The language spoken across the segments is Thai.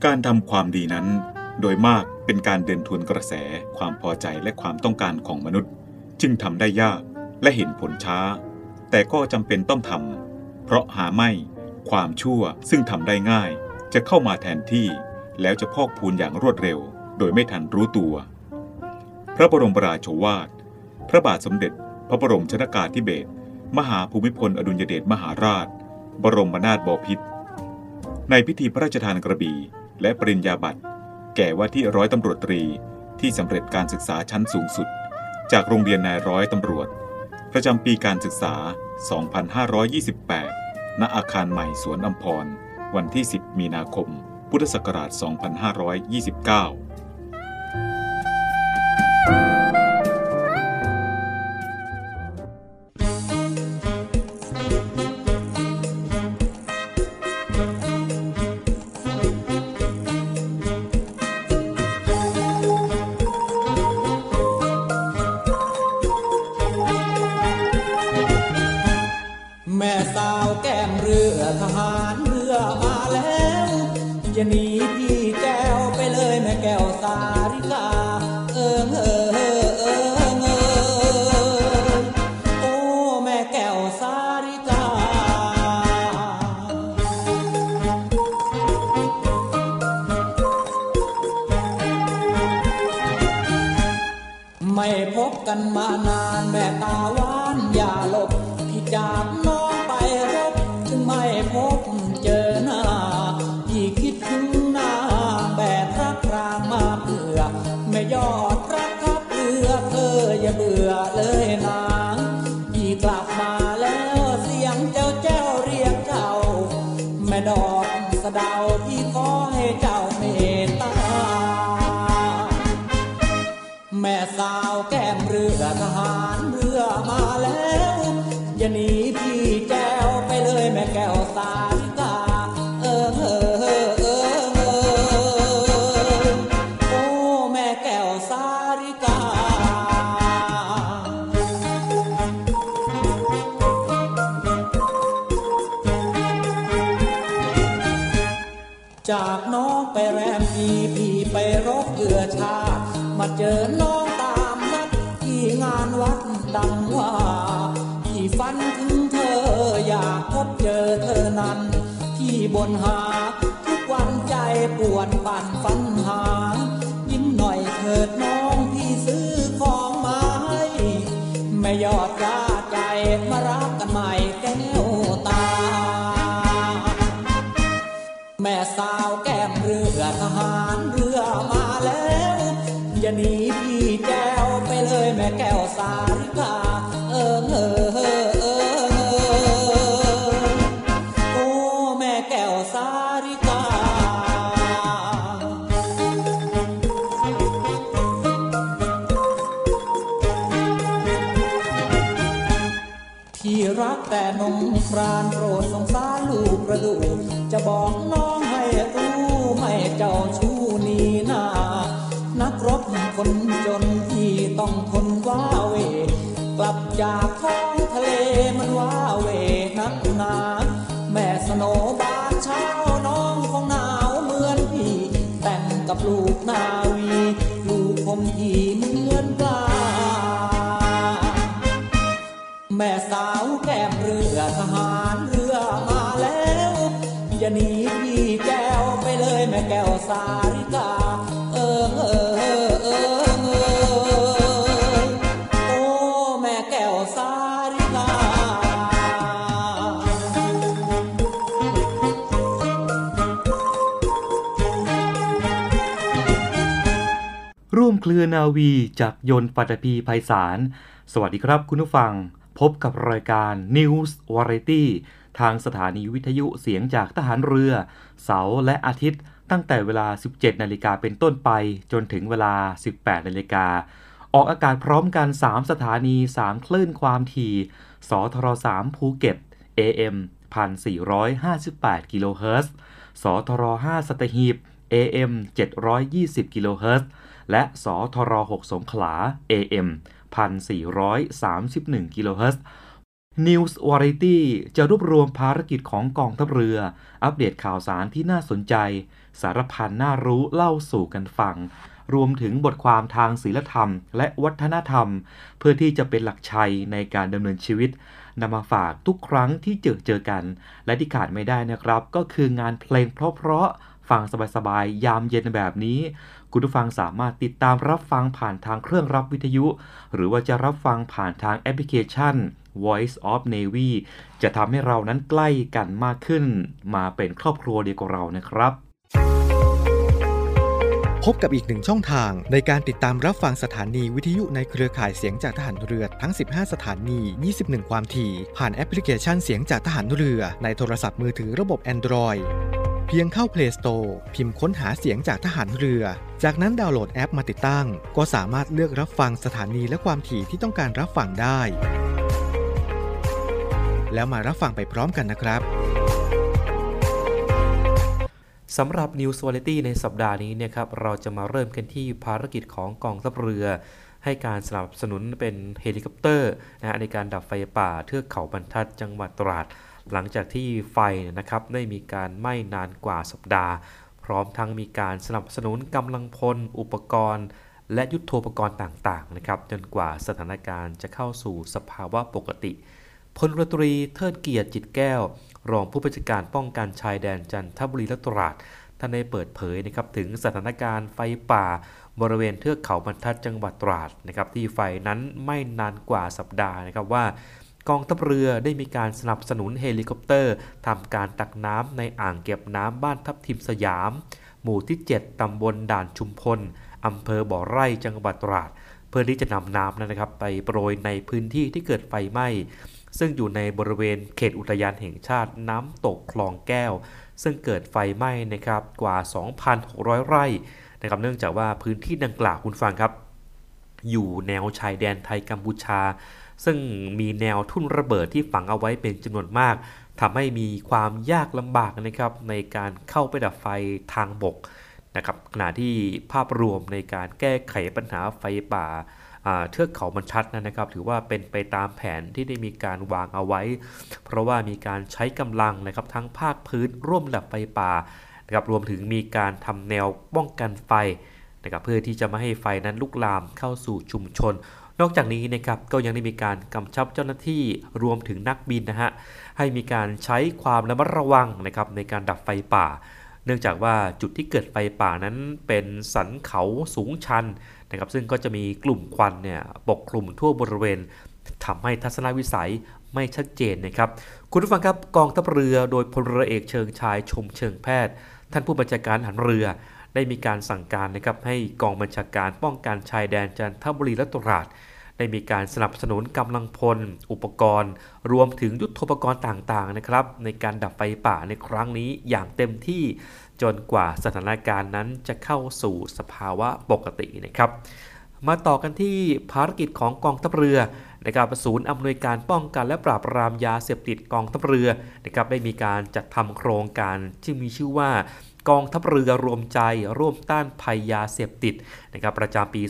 การทำความดีนั้นโดยมากเป็นการเดินทวนกระแสความพอใจและความต้องการของมนุษย์จึงทำได้ยากและเห็นผลช้าแต่ก็จำเป็นต้องทำเพราะหาไม่ความชั่วซึ่งทำได้ง่ายจะเข้ามาแทนที่แล้วจะพอกพูนอย่างรวดเร็วโดยไม่ทันรู้ตัวพระบรมราโชวาทพระบาทสมเด็จพระบรมชนกาธิเบศรมหาภูมิพลอดุลยเดชมหาราชบรมนาถบพิตรในพิธีพระราชทานกระบี่และปริญญาบัตรแก่ว่าที่ร้อยตำรวจตรีที่สำเร็จการศึกษาชั้นสูงสุดจากโรงเรียนนายร้อยตำรวจประจำปีการศึกษา 2528 ณ อาคารใหม่สวนอัมพรวันที่ 10 มีนาคม พุทธศักราช 2529 แม่สาวแก้มเรือทหารเรือมาแล้วอย่าหนีพี่แก้วไปเลยแม่แก้วสาริกาโอ้แม่แก้วสาริกาไม่พบกันมานานแม่ตาหวานอย่าหลบพี่จากน้องไปรบถึงไม่พบเจอหน้าพี่คิดถึงหน้าแบกรักรางมาเพื่อไม่ยอดรักทับเรือเธออย่าเบื่อเลยนะพี่กลับมาแล้วเสียงเจ้าแจ้วเรียกเจ้าแม่ดอกสะเดาพี่ขอให้เจ้าเมตตาแม่สาวแก้มเรือทหารเรือมาแล้วอย่าหนีพี่แก้วไปเลยแม่แก้วสาริกาโอ้แม่แก้วสาริกาจากน้องไปแรมพี่ไปรบเรือชาติมาเจอน้องตามนัดที่งานวัดดังว่าที่ฝันถึงเธออยากพบเจอเธอนั้นที่บนหาทุกวันใจปวดปั่นฝันหายิ้มหน่อยเถิดน้องพี่ซื้อของมาให้ไม่ยอดกล้าใจมารักกันใหม่แก้วตาแม่สาวแก้มเรือทหารเรือมาแล้วอย่าหนีพี่แก้วไปเลยแม่แก้วสาริกาโอ้แม่แก้วสาริกาที่รักแต่นงครานโปรดสงสารลูกประดูจะบอกน้องให้รู้ไม่เจ้าชู้นี่นานักรบคนจนที่ต้องทนว้าเวกลับจากท้องทะเลมันว้าเวนักหนาแม่สโนบานเช้าน้องคงหนาวเหมือนพี่แต่งกับลูกนาวีลูกผมที่เหมือนปลาแม่สาวแก้มเรือทหารเรือมาแล้วอย่าหนีพี่แก้วไปเลยแม่แก้วสาริกาโอ้แม่แก้วสาริการ่วมเครือนาวีจากยนต์ปัตภีไพศาลสวัสดีครับคุณผู้ฟังพบกับรายการ News Variety ทางสถานีวิทยุเสียงจากทหารเรือเสาร์และอาทิตย์ตั้งแต่เวลา 17 นาฬิกาเป็นต้นไปจนถึงเวลา 18 นาฬิกาออกอากาศพร้อมกัน 3 สถานี 3 คลื่นความถี่สทร3ภูเก็ต AM 1458 กิโลเฮิรตซ์สทร5สัตหีบ AM 720 กิโลเฮิรตซ์และสทร6สงขลา AM 1431 กิโลเฮิรตซ์ News Variety จะรวบรวมภารกิจของกองทัพเรืออัปเดตข่าวสารที่น่าสนใจสารพันน่ารู้เล่าสู่กันฟังรวมถึงบทความทางศีลธรรมและวัฒนธรรมเพื่อที่จะเป็นหลักชัยในการดำเนินชีวิตนำมาฝากทุกครั้งที่เจอกันและที่ขาดไม่ได้นะครับก็คืองานเพลงเพราะๆฟังสบายๆยามเย็นแบบนี้คุณผู้ฟังสามารถติดตามรับฟังผ่านทางเครื่องรับวิทยุหรือว่าจะรับฟังผ่านทางแอปพลิเคชัน Voice of Navy จะทำให้เรานั้นใกล้กันมากขึ้นมาเป็นครอบครัวเดียวกับเรานะครับพบกับอีกหนึ่งช่องทางในการติดตามรับฟังสถานีวิทยุในเครือข่ายเสียงจากทหารเรือทั้ง15สถานี 21 ความถี่ผ่านแอปพลิเคชันเสียงจากทหารเรือในโทรศัพท์มือถือระบบ Android เพียงเข้า Play Store พิมพ์ค้นหาเสียงจากทหารเรือจากนั้นดาวน์โหลดแอปมาติดตั้งก็สามารถเลือกรับฟังสถานีและความถี่ที่ต้องการรับฟังได้แล้วมารับฟังไปพร้อมกันนะครับสำหรับ News Variety ในสัปดาห์นี้เนี่ยครับเราจะมาเริ่มกันที่ภารกิจของกองทัพเรือให้การสนับสนุนเป็นเฮลิคอปเตอร์ในการดับไฟป่าเทือกเขาบรรทัดจังหวัดตราดหลังจากที่ไฟนะครับได้มีการไหม้นานกว่าสัปดาห์พร้อมทั้งมีการสนับสนุนกำลังพลอุปกรณ์และยุทโธปกรณ์ต่างๆนะครับจนกว่าสถานการณ์จะเข้าสู่สภาวะปกติพลเรือตรีเทิดเกียรติจิตแก้วรองผู้บัญชาการป้องกันชายแดนจันทบุรีและตราดท่านได้เปิดเผยนะครับถึงสถานการณ์ไฟป่าบริเวณเทือกเขาบรรทัดจังหวัดตราดนะครับที่ไฟนั้นไหม้นานกว่าสัปดาห์นะครับว่ากองทัพเรือได้มีการสนับสนุนเฮลิคอปเตอร์ทำการตักน้ำในอ่างเก็บน้ำบ้านทับทิมสยามหมู่ที่7ตำบลด่านชุมพลอำเภอบ่อไร่จังหวัดตราดเพื่อที่จะนำน้ำนะครับไปโปรยในพื้นที่ที่เกิดไฟไหม้ซึ่งอยู่ในบริเวณเขตอุทยานแห่งชาติน้ำตกคลองแก้วซึ่งเกิดไฟไหม้นะครับกว่า 2,600 ไร่นะครับเนื่องจากว่าพื้นที่ดังกล่าวคุณฟังครับอยู่แนวชายแดนไทยกัมพูชาซึ่งมีแนวทุ่นระเบิดที่ฝังเอาไว้เป็นจำนวนมากทำให้มีความยากลำบากนะครับในการเข้าไปดับไฟทางบกนะครับขณะที่ภาพรวมในการแก้ไขปัญหาไฟป่าเทือกเขาบรรทัดนะครับถือว่าเป็นไปตามแผนที่ได้มีการวางเอาไว้เพราะว่ามีการใช้กำลังนะครับทั้งภาคพื้นร่วมดับไฟป่านะครับรวมถึงมีการทำแนวป้องกันไฟนะครับเพื่อที่จะไม่ให้ไฟนั้นลุกลามเข้าสู่ชุมชนนอกจากนี้นะครับก็ยังได้มีการกำชับเจ้าหน้าที่รวมถึงนักบินนะฮะให้มีการใช้ความระมัดระวังนะครับในการดับไฟป่าเนื่องจากว่าจุดที่เกิดไฟป่านั้นเป็นสันเขาสูงชันนะครับซึ่งก็จะมีกลุ่มควันเนี่ยปกคลุมทั่วบริเวณทำให้ทัศนวิสัยไม่ชัดเจนนะครับคุณผู้ฟังครับกองทัพเรือโดยพลเรือเอกเชิงชายชมเชิงแพทย์ท่านผู้บัญชาการทหารเรือได้มีการสั่งการนะครับให้กองบัญชาการป้องกันชายแดนจันทบุรีและตราดได้มีการสนับสนุนกำลังพลอุปกรณ์รวมถึงยุทโธปกรณ์ต่างๆนะครับในการดับไฟป่าในครั้งนี้อย่างเต็มที่จนกว่าสถานการณ์นั้นจะเข้าสู่สภาวะปกตินะครับมาต่อกันที่ภารกิจของกองทัพเรือนะครับศูนย์อำนวยการป้องกันและปราบปรามยาเสพติดกองทัพเรือนะครับได้มีการจัดทำโครงการที่มีชื่อว่ากองทัพเรือรวมใจร่วมต้านภัยยาเสพติดนะครับประจำปี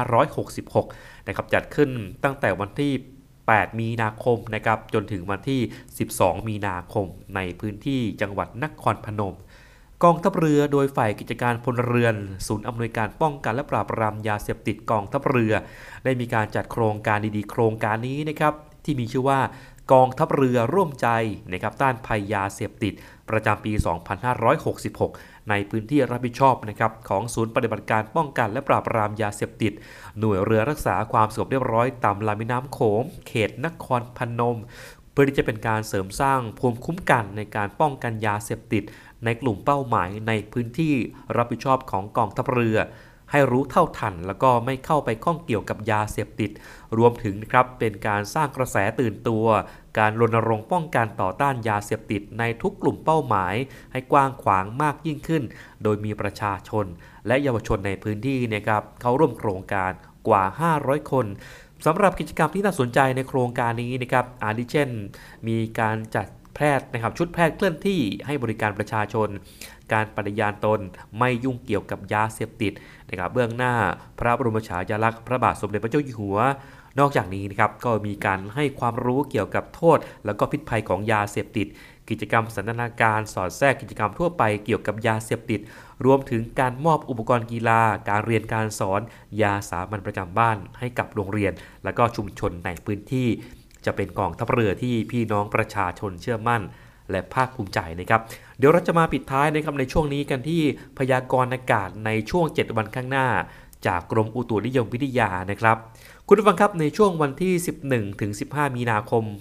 2566 นะครับจัดขึ้นตั้งแต่วันที่ 8 มีนาคมนะครับจนถึงวันที่ 12 มีนาคมในพื้นที่จังหวัดนครพนมกองทัพเรือโดยฝ่ายกิจการพลเรือนศูนย์อำนวยการป้องกันและปราบปรามยาเสพติดกองทัพเรือได้มีการจัดโครงการดีๆโครงการนี้นะครับที่มีชื่อว่ากองทัพเรือร่วมใจนะครับต้านภัยยาเสพติดประจำปี 2566 ในพื้นที่รับผิดชอบนะครับของศูนย์ปฏิบัติการป้องกันและปราบปรามยาเสพติดหน่วยเรือรักษาความสงบเรียบร้อยตามลำแม่น้ำโขงเขตนครพนมเพื่อที่จะเป็นการเสริมสร้างภูมิคุ้มกันในการป้องกันยาเสพติดในกลุ่มเป้าหมายในพื้นที่รับผิดชอบของกองทัพเรือให้รู้เท่าทันแล้วก็ไม่เข้าไปข้องเกี่ยวกับยาเสพติดรวมถึงครับเป็นการสร้างกระแสตื่นตัวการรณรงค์ป้องกันต่อต้านยาเสพติดในทุกกลุ่มเป้าหมายให้กว้างขวางมากยิ่งขึ้นโดยมีประชาชนและเยาวชนในพื้นที่นะครับเข้าร่วมโครงการกว่า500คนสำหรับกิจกรรมที่น่าสนใจในโครงการนี้นะครับอาทิเช่นมีการจัดแพทย์นะครับชุดแพทย์เคลื่อนที่ให้บริการประชาชนการปฏิญาณตนไม่ยุ่งเกี่ยวกับยาเสพติดนะครับเบื้องหน้าพระบรมฉายาลักษณ์พระบาทสมเด็จพระเจ้าอยู่หัวนนอกจากนี้นะครับก็มีการให้ความรู้เกี่ยวกับโทษแล้วก็พิษภัยของยาเสพติดกิจกรรมสันทนาการสอดแทรกกิจกรรมทั่วไปเกี่ยวกับยาเสพติดรวมถึงการมอบอุปกรณ์กีฬาการเรียนการสอนยาสามัญประจำบ้านให้กับโรงเรียนและก็ชุมชนในพื้นที่จะเป็นกองทัพเรือที่พี่น้องประชาชนเชื่อมั่นและภาคภูมิใจนะครับเดี๋ยวเราจะมาปิดท้ายนะครับในช่วงนี้กันที่พยากรณ์อากาศในช่วง7วันข้างหน้าจากกรมอุตุนิยมวิทยานะครับคุณผู้ฟังครับในช่วงวันที่11ถึง15มีนาคม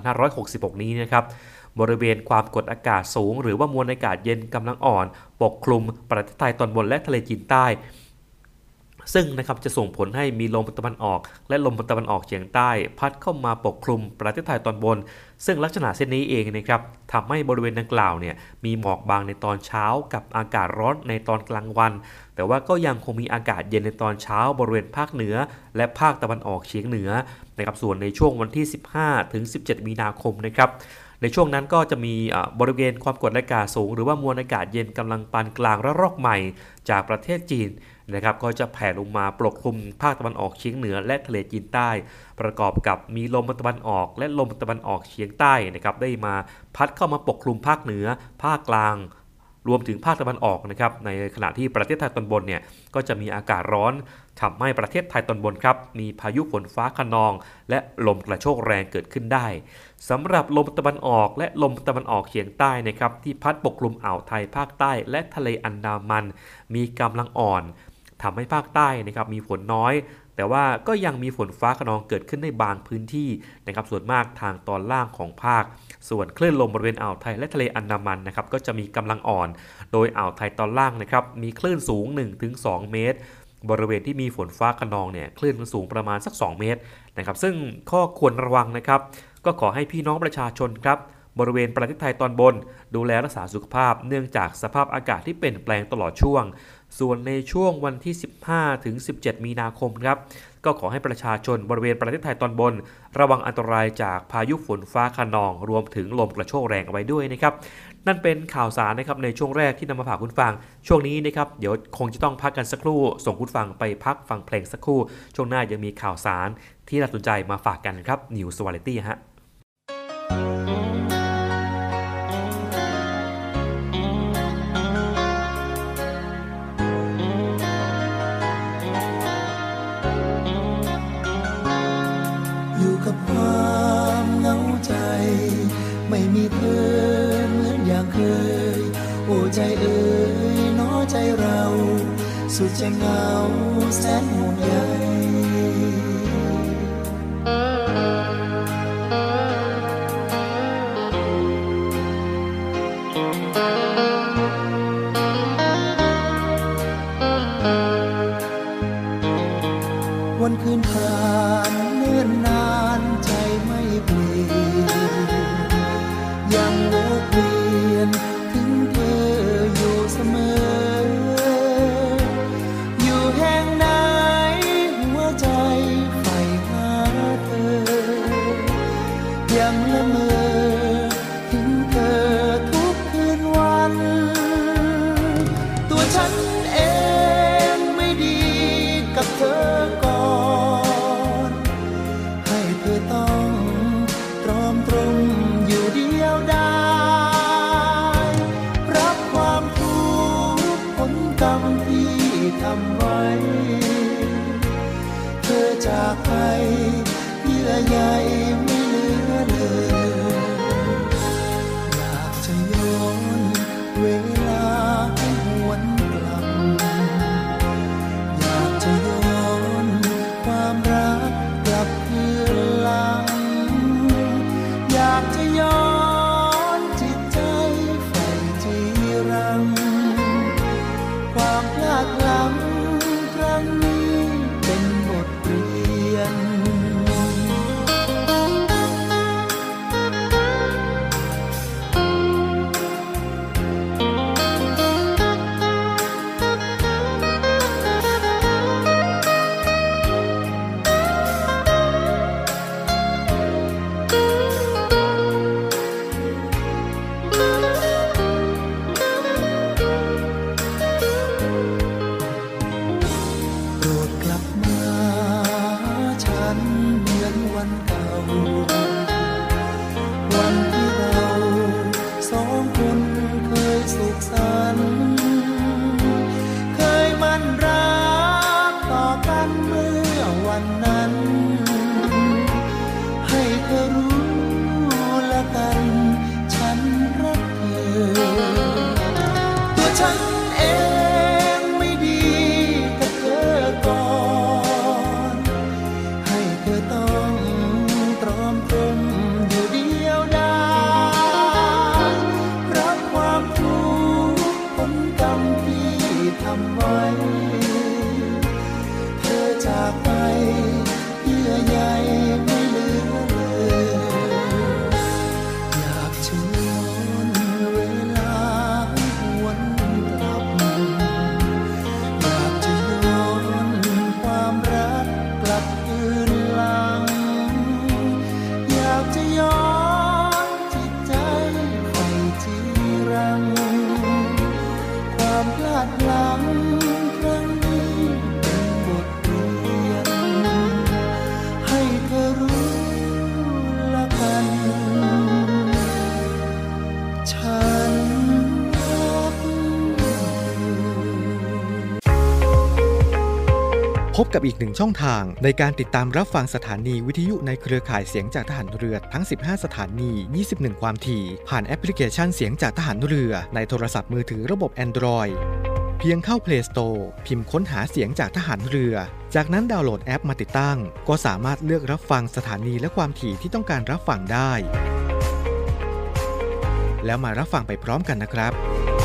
2566นี้นะครับบริเวณความกดอากาศสูงหรือว่ามวลอากาศเย็นกำลังอ่อนปกคลุมประเทศไทยตอนบนและทะเลจีนใต้ซึ่งนะครับจะส่งผลให้มีลมตะวันออกและลมตะวันออกเฉียงใต้พัดเข้ามาปกคลุมประเทศไทยตอนบนซึ่งลักษณะเช่นนี้เองนะครับทำให้บริเวณดังกล่าวเนี่ยมีหมอกบางในตอนเช้ากับอากาศร้อนในตอนกลางวันแต่ว่าก็ยังคงมีอากาศเย็นในตอนเช้าบริเวณภาคเหนือและภาคตะวันออกเฉียงเหนือนะครับส่วนในช่วงวันที่15ถึง17มีนาคมนะครับในช่วงนั้นก็จะมีบริเวณความกดอากาศสูงหรือว่ามวลอากาศเย็นกำลังปานกลางระลอกใหม่จากประเทศจีนนะครับก็จะแผ่ลงมาปกคลุมภาคตะวันออกเฉียงเหนือและทะเลจีนใต้ประกอบกับมีลมตะวันออกและลมตะวันออกเฉียงใต้นะครับได้มาพัดเข้ามาปกคลุมภาคเหนือภาคกลางรวมถึงภาคตะวันออกนะครับในขณะที่ประเทศไทยตอนบนเนี่ยก็จะมีอากาศร้อนทำให้ประเทศไทยตอนบนครับมีพายุฝนฟ้าคะนองและลมกระโชกแรงเกิดขึ้นได้สำหรับลมตะวันออกและลมตะวันออกเฉียงใต้นะครับที่พัดปกคลุมอ่าวไทยภาคใต้และทะเลอันดามันมีกำลังอ่อนทำให้ภาคใต้นะครับมีฝนน้อยแต่ว่าก็ยังมีฝนฟ้าคะนองเกิดขึ้นในบางพื้นที่นะครับส่วนมากทางตอนล่างของภาคส่วนคลื่นลมบริเวณอ่าวไทยและทะเลอันดามันนะครับก็จะมีกำลังอ่อนโดยอ่าวไทยตอนล่างนะครับมีคลื่นสูง 1-2 เมตรบริเวณที่มีฝนฟ้าคะนองเนี่ยคลื่นสูงประมาณสัก2เมตรนะครับซึ่งข้อควรระวังนะครับก็ขอให้พี่น้องประชาชนครับบริเวณประเทศไทยตอนบนดูแลรักษาสุขภาพเนื่องจากสภาพอากาศที่เปลี่ยนแปลงตลอดช่วงส่วนในช่วงวันที่15ถึง17มีนาคมครับก็ขอให้ประชาชนบริเวณประเทศไทยตอนบนระวังอันตรายจากพายุฝนฟ้าคะนองรวมถึงลมกระโชกแรงเอาไว้ด้วยนะครับนั่นเป็นข่าวสารนะครับในช่วงแรกที่นำมาฝากคุณฟังช่วงนี้นะครับเดี๋ยวคงจะต้องพักกันสักครู่ส่งคุณฟังไปพักฟังเพลงสักครู่ช่วงหน้ายังมีข่าวสารที่น่าสนใจมาฝากกันครับ News Variety ฮะไม่มีเธอเหมือนอย่างเคยโอ้ใจเอ๋ยน้อใจเราสุดจะเหงาแสนห่วงใยวันคืนผ่านเนิ่นนานใจไม่เปลี่ยนยังวนเวียนถึงเธออยู่เสมออยู่แห่งไหนหบกับอีกหนึ่งช่องทางในการติดตามรับฟังสถานีวิทยุในเครือข่ายเสียงจากทหารเรือทั้ง 15 สถานี 21 ความถี่ผ่านแอปพลิเคชันเสียงจากทหารเรือในโทรศัพท์มือถือระบบ Android เพียงเข้า Play Store พิมพ์ค้นหาเสียงจากทหารเรือจากนั้นดาวน์โหลดแอปมาติดตั้งก็สามารถเลือกรับฟังสถานีและความถี่ที่ต้องการรับฟังได้แล้วมารับฟังไปพร้อมกันนะครับ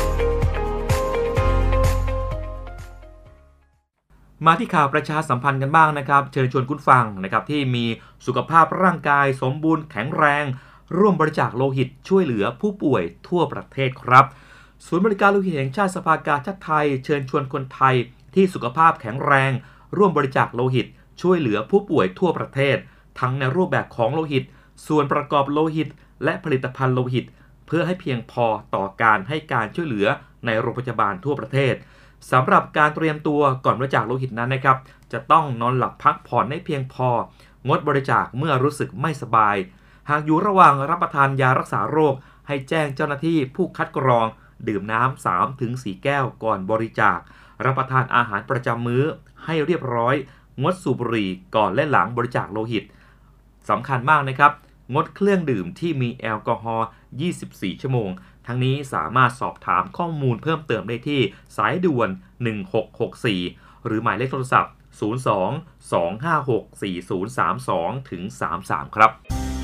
มาที่ข่าวประชาสัมพันธ์กันบ้างนะครับเชิญชวนคุณฟังนะครับที่มีสุขภาพร่างกายสมบูรณ์แข็งแรงร่วมบริจาคโลหิตช่วยเหลือผู้ป่วยทั่วประเทศครับศูนย์บริการโลหิตแห่งชาติสภากาชาดไทยเชิญชวนคนไทยที่สุขภาพแข็งแรงร่วมบริจาคโลหิตช่วยเหลือผู้ป่วยทั่วประเทศทั้งในรูปแบบของโลหิตส่วนประกอบโลหิตและผลิตภัณฑ์โลหิตเพื่อให้เพียงพอต่อการให้การช่วยเหลือในโรงพยาบาลทั่วประเทศสำหรับการเตรียมตัวก่อนบริจาคโลหิตนั้นนะครับจะต้องนอนหลับพักผ่อนให้เพียงพองดบริจาคเมื่อรู้สึกไม่สบายหากอยู่ระหว่างรับประทานยารักษาโรคให้แจ้งเจ้าหน้าที่ผู้คัดกรองดื่มน้ำ 3-4 แก้วก่อนบริจาครับประทานอาหารประจำมื้อให้เรียบร้อยงดสูบบุหรี่ก่อนและหลังบริจาคโลหิตสำคัญมากนะครับงดเครื่องดื่มที่มีแอลกอฮอล์ 24 ชั่วโมงทั้งนี้สามารถสอบถามข้อมูลเพิ่มเติมได้ที่สายด่วน 1664 หรือหมายเลขโทรศัพท์ 02-256-4032-33 ครับ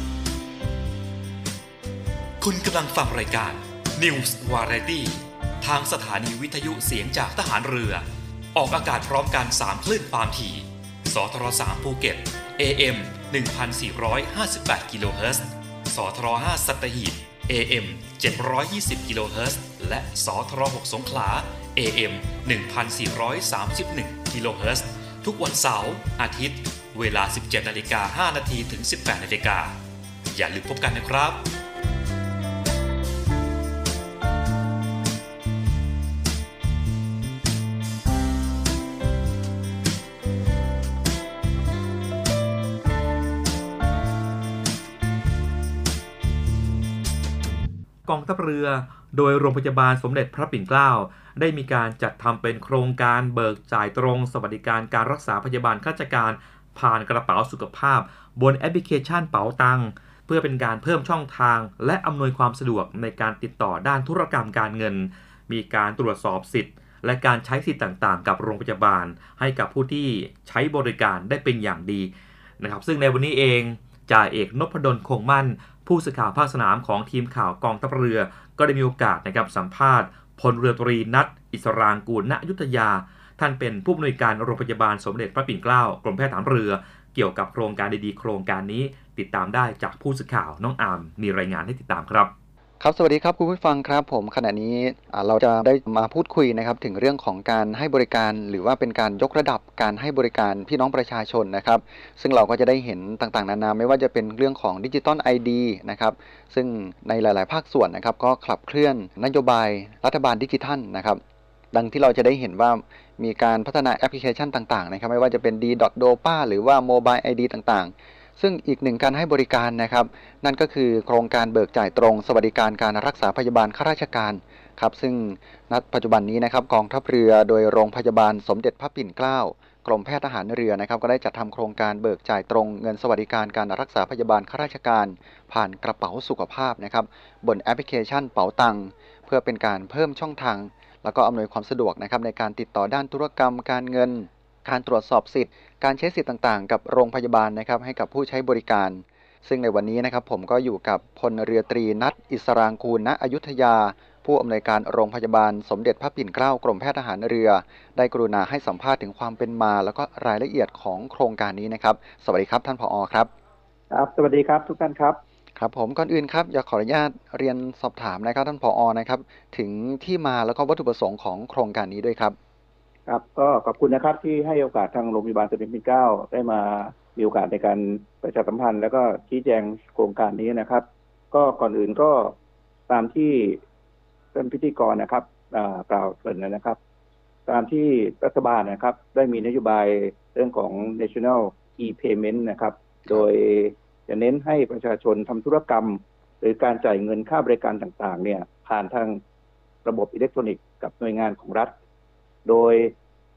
คุณกำลังฟังรายการ News Variety ทางสถานีวิทยุเสียงจากทหารเรือออกอากาศพร้อมกัน3คลื่นความถี่สทร3ภูเก็ต AM 1458 กิโลเฮิรตซ์สทร5สัตหีบ AM 720 กิโลเฮิรตซ์และสทร6สงขลา AM 1431 กิโลเฮิรตซ์ทุกวันเสาร์อาทิตย์เวลา 17:05 นถึง 18:00 นอย่าลืมพบกันนะครับกองทัพเรือโดยโรงพยาบาลสมเด็จพระปิ่นเกล้าได้มีการจัดทำเป็นโครงการเบิกจ่ายตรงสวัสดิการการรักษาพยาบาลข้าราชการผ่านกระเป๋าสุขภาพบนแอปพลิเคชันเป๋าตังเพื่อเป็นการเพิ่มช่องทางและอำนวยความสะดวกในการติดต่อด้านธุรกรรมการเงินมีการตรวจสอบสิทธิ์และการใช้สิทธิ์ต่างๆกับโรงพยาบาลให้กับผู้ที่ใช้บริการได้เป็นอย่างดีนะครับซึ่งในวันนี้เองจ่าเอกนพดลคงมั่นผู้สื่อข่าวภาคสนามของทีมข่าวกองทัพเรือก็ได้มีโอกาสนะครับสัมภาษณ์พลเรือตรีนัทอิสรางกูลณอยุธยาท่านเป็นผู้อำนวยการโรงพยาบาลสมเด็จพระปิ่นเกล้ากรมแพทย์ทหารเรือเกี่ยวกับโครงการดีๆโครงการนี้ติดตามได้จากผู้สื่อข่าวน้องอาร์มมีรายงานให้ติดตามครับครับสวัสดีครับคุณผู้ฟังครับผมขณะนี้เราจะได้มาพูดคุยนะครับถึงเรื่องของการให้บริการหรือว่าเป็นการยกระดับการให้บริการพี่น้องประชาชนนะครับซึ่งเราก็จะได้เห็นต่างๆนานาไม่ว่าจะเป็นเรื่องของดิจิตอล ID นะครับซึ่งในหลายๆภาคส่วนนะครับก็ขับเคลื่อนนโยบายรัฐบาลดิจิทัลนะครับดังที่เราจะได้เห็นว่ามีการพัฒนาแอปพลิเคชันต่างๆนะครับไม่ว่าจะเป็น D.DOPA หรือว่า Mobile ID ต่างๆซึ่งอีกหนึ่งการให้บริการนะครับนั่นก็คือโครงการเบิกจ่ายตรงสวัสดิการการรักษาพยาบาลข้าราชการครับซึ่งณปัจจุบันนี้นะครับกองทัพเรือโดยโรงพยาบาลสมเด็จพระปิ่นเกล้ากรมแพทย์ทหารเรือนะครับก็ได้จัดทำโครงการเบิกจ่ายตรงเงินสวัสดิการการรักษาพยาบาลข้าราชการผ่านกระเป๋าสุขภาพนะครับบนแอปพลิเคชันเป๋าตังเพื่อเป็นการเพิ่มช่องทางแล้วก็อำนวยความสะดวกนะครับในการติดต่อด้านธุรกรรมการเงินการตรวจสอบสิทธิ์การใช้สิทธิ์ต่างๆกับโรงพยาบาลนะครับให้กับผู้ใช้บริการซึ่งในวันนี้นะครับผมก็อยู่กับพลเรือตรีนัทอิสรางกูลณอยุธยาผู้อำนวยการโรงพยาบาลสมเด็จพระปิ่นเกล้ากรมแพทย์ทหารเรือได้กรุณาให้สัมภาษณ์ถึงความเป็นมาแล้วก็รายละเอียดของโครงการนี้นะครับสวัสดีครับท่านผอ.ครับครับสวัสดีครับทุกท่านครับครับผมก่อนอื่นครับอยากขออนุญาตเรียนสอบถามนะครับท่านผอ.นะครับถึงที่มาแล้วก็วัตถุประสงค์ของโครงการนี้ด้วยครับครับก็ขอบคุณนะครับที่ให้โอกาสทางโรงพยาบาลสมเด็จพระปิ่นเกล้าได้มามีโอกาสในการประชาสัมพันธ์แล้วก็ชี้แจงโครงการนี้นะครับก็ก่อนอื่นก็ตามที่ท่านพิธีกรนะครับกล่าวเกริ่นนะครับตามที่รัฐบาลนะครับได้มีนโยบายเรื่องของ National e-Payment นะครับโดยจะเน้นให้ประชาชนทำธุรกรรมหรือการจ่ายเงินค่าบริการต่างๆเนี่ยผ่านทางระบบอิเล็กทรอนิกส์กับหน่วยงานของรัฐโดย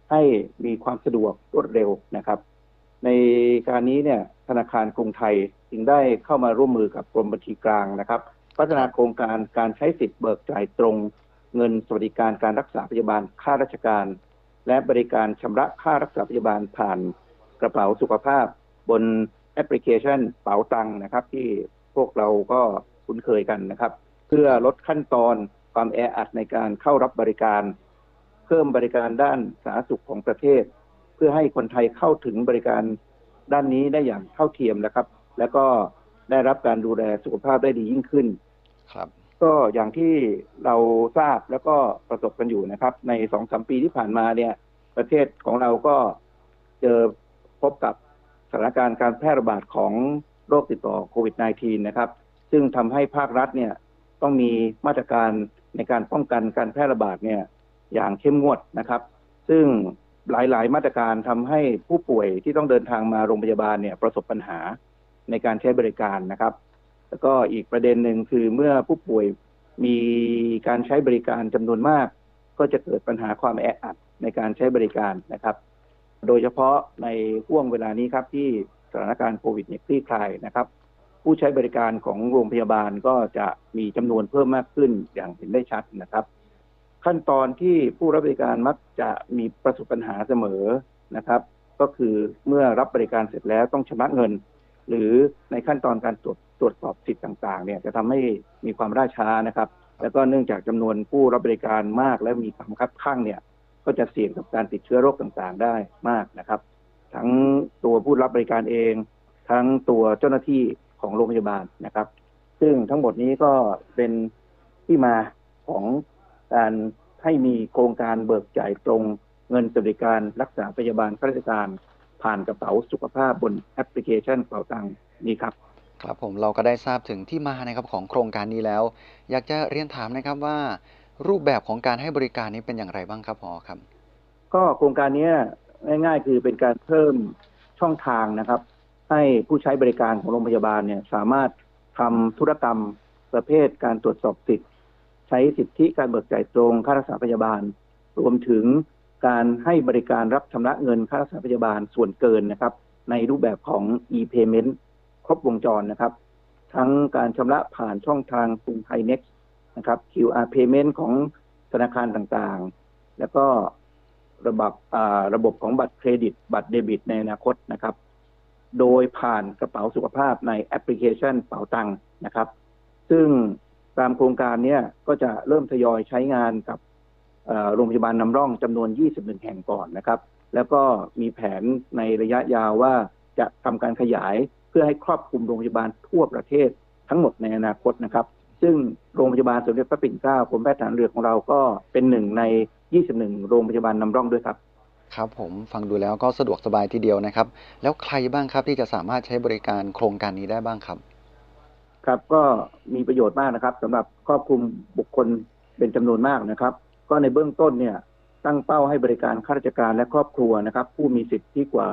ให้มีความสะดวกรวดเร็วนะครับในการนี้เนี่ยธนาคารกรุงไทยจึงได้เข้ามาร่วมมือกับกรมบัญชีกลางนะครับพัฒนาโครงการการใช้สิทธิ์เบิกจ่ายตรงเงินสวัสดิการการรักษาพยาบาลค่าราชการและบริการชำระค่ารักษาพยาบาลผ่านกระเป๋าสุขภาพบนแอปพลิเคชันเป๋าตังนะครับที่พวกเราก็คุ้นเคยกันนะครับเพื่อลดขั้นตอนความแออัดในการเข้ารับบริการเพิ่มบริการด้านสาธารณสุขของประเทศเพื่อให้คนไทยเข้าถึงบริการด้านนี้ได้อย่างเท่าเทียมนะครับแล้วก็ได้รับการดูแลสุขภาพได้ดียิ่งขึ้นครับก็อย่างที่เราทราบแล้วก็ประสบกันอยู่นะครับใน 2-3 ปีที่ผ่านมาเนี่ยประเทศของเราก็เจอพบกับสถานการณ์การแพร่ระบาดของโรคติดต่อโควิด -19 นะครับซึ่งทำให้ภาครัฐเนี่ยต้องมีมาตรการในการป้องกันการแพร่ระบาดเนี่ยอย่างเข้มงวดนะครับซึ่งหลายๆมาตรการทำให้ผู้ป่วยที่ต้องเดินทางมาโรงพยาบาลเนี่ยประสบปัญหาในการใช้บริการนะครับแล้วก็อีกประเด็นหนึ่งคือเมื่อผู้ป่วยมีการใช้บริการจำนวนมากก็จะเกิดปัญหาความแออัดในการใช้บริการนะครับโดยเฉพาะในห่วงเวลานี้ครับที่สถานการณ์โควิดคลี่คลายนะครับผู้ใช้บริการของโรงพยาบาลก็จะมีจำนวนเพิ่มมากขึ้นอย่างเห็นได้ชัดนะครับขั้นตอนที่ผู้รับบริการมักจะมีประสบปัญหาเสมอนะครับก็คือเมื่อรับบริการเสร็จแล้วต้องชำระเงินหรือในขั้นตอนการตรวจสอบสิทธิ์ต่างๆเนี่ยจะทำให้มีความล่าช้านะครับแล้วก็เนื่องจากจำนวนผู้รับบริการมากและมีความคับข้างเนี่ยก็จะเสี่ยงกับการติดเชื้อโรคต่างๆได้มากนะครับทั้งตัวผู้รับบริการเองทั้งตัวเจ้าหน้าที่ของโรงพยาบาลนะครับซึ่งทั้งหมดนี้ก็เป็นที่มาของการให้มีโครงการเบิกจ่ายตรงเงินสวัสดิการรักษาพยาบาลข้าราชการผ่านกระเป๋าสุขภาพบนแอปพลิเคชันเป๋าตังค์นี้ครับครับผมเราก็ได้ทราบถึงที่มานะครับของโครงการนี้แล้วอยากจะเรียนถามนะครับว่ารูปแบบของการให้บริการนี้เป็นอย่างไรบ้างครับผอครับก็โครงการนี้ง่ายๆคือเป็นการเพิ่มช่องทางนะครับให้ผู้ใช้บริการของโรงพยาบาลเนี่ยสามารถทำธุรกรรมประเภทการตรวจสอบสิทธิ์ใช้สิทธิการเบิกจ่ายตรงค่ารักษาพยาบาลรวมถึงการให้บริการรับชำระเงินค่ารักษาพยาบาลส่วนเกินนะครับในรูปแบบของ e-payment ครบวงจรนะครับทั้งการชำระผ่านช่องทางกรุงไทย Next นะครับ QR payment ของธนาคารต่างๆแล้วก็ระบบของบัตรเครดิตบัตรเดบิตในอนาคตนะครับโดยผ่านกระเป๋าสุขภาพในแอปพลิเคชันเป๋าตังค์นะครับซึ่งตามโครงการนี้ก็จะเริ่มทยอยใช้งานกับโรงพยาบาลนำร่องจำนวน 21 แห่งก่อนนะครับแล้วก็มีแผนในระยะยาวว่าจะทำการขยายเพื่อให้ครอบคลุมโรงพยาบาลทั่วประเทศทั้งหมดในอนาคตนะครับซึ่งโรงพยาบาลสมเด็จพระปิ่นเกล้ากรมแพทย์ทหารเรือของเราก็เป็นหนึ่งใน21โรงพยาบาลนำร่องด้วยครับครับผมฟังดูแล้วก็สะดวกสบายทีเดียวนะครับแล้วใครบ้างครับที่จะสามารถใช้บริการโครงการนี้ได้บ้างครับครับก็มีประโยชน์มากนะครับสำหรับครอบคลุมบุคคลเป็นจำนวนมากนะครับก็ในเบื้องต้นเนี่ยตั้งเป้าให้บริการข้าราชการและครอบครัวนะครับผู้มีสิทธิ์ที่กว่า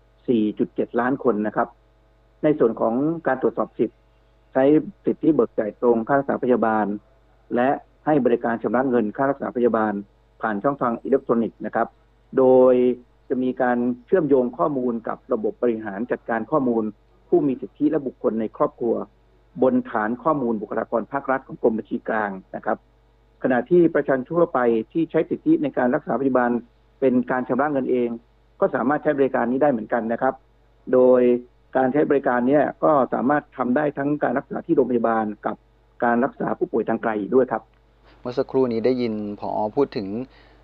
4.7 ล้านคนนะครับในส่วนของการตรวจสอบสิทธิ์ใช้สิทธิเบิกจ่ายตรงค่ารักษาพยาบาลและให้บริการชำระเงินค่ารักษาพยาบาลผ่านช่องทางอิเล็กทรอนิกส์นะครับโดยจะมีการเชื่อมโยงข้อมูลกับระบบบริหารจัดการข้อมูลผู้มีสิทธิและบุคคลในครอบครัวบนฐานข้อมูลบุคลากรภาครัฐของกรมบัญชีกลางนะครับขณะที่ประชาชนทั่วไปที่ใช้สิทธิในการรักษาพยาบาลเป็นการชำระเงินเองก็สามารถใช้บริการนี้ได้เหมือนกันนะครับโดยการใช้บริการนี้ก็สามารถทำได้ทั้งการรักษาที่โรงพยาบาลกับการรักษาผู้ป่วยทางไกลด้วยครับเมื่อสักครู่นี้ได้ยินผอ.พูดถึง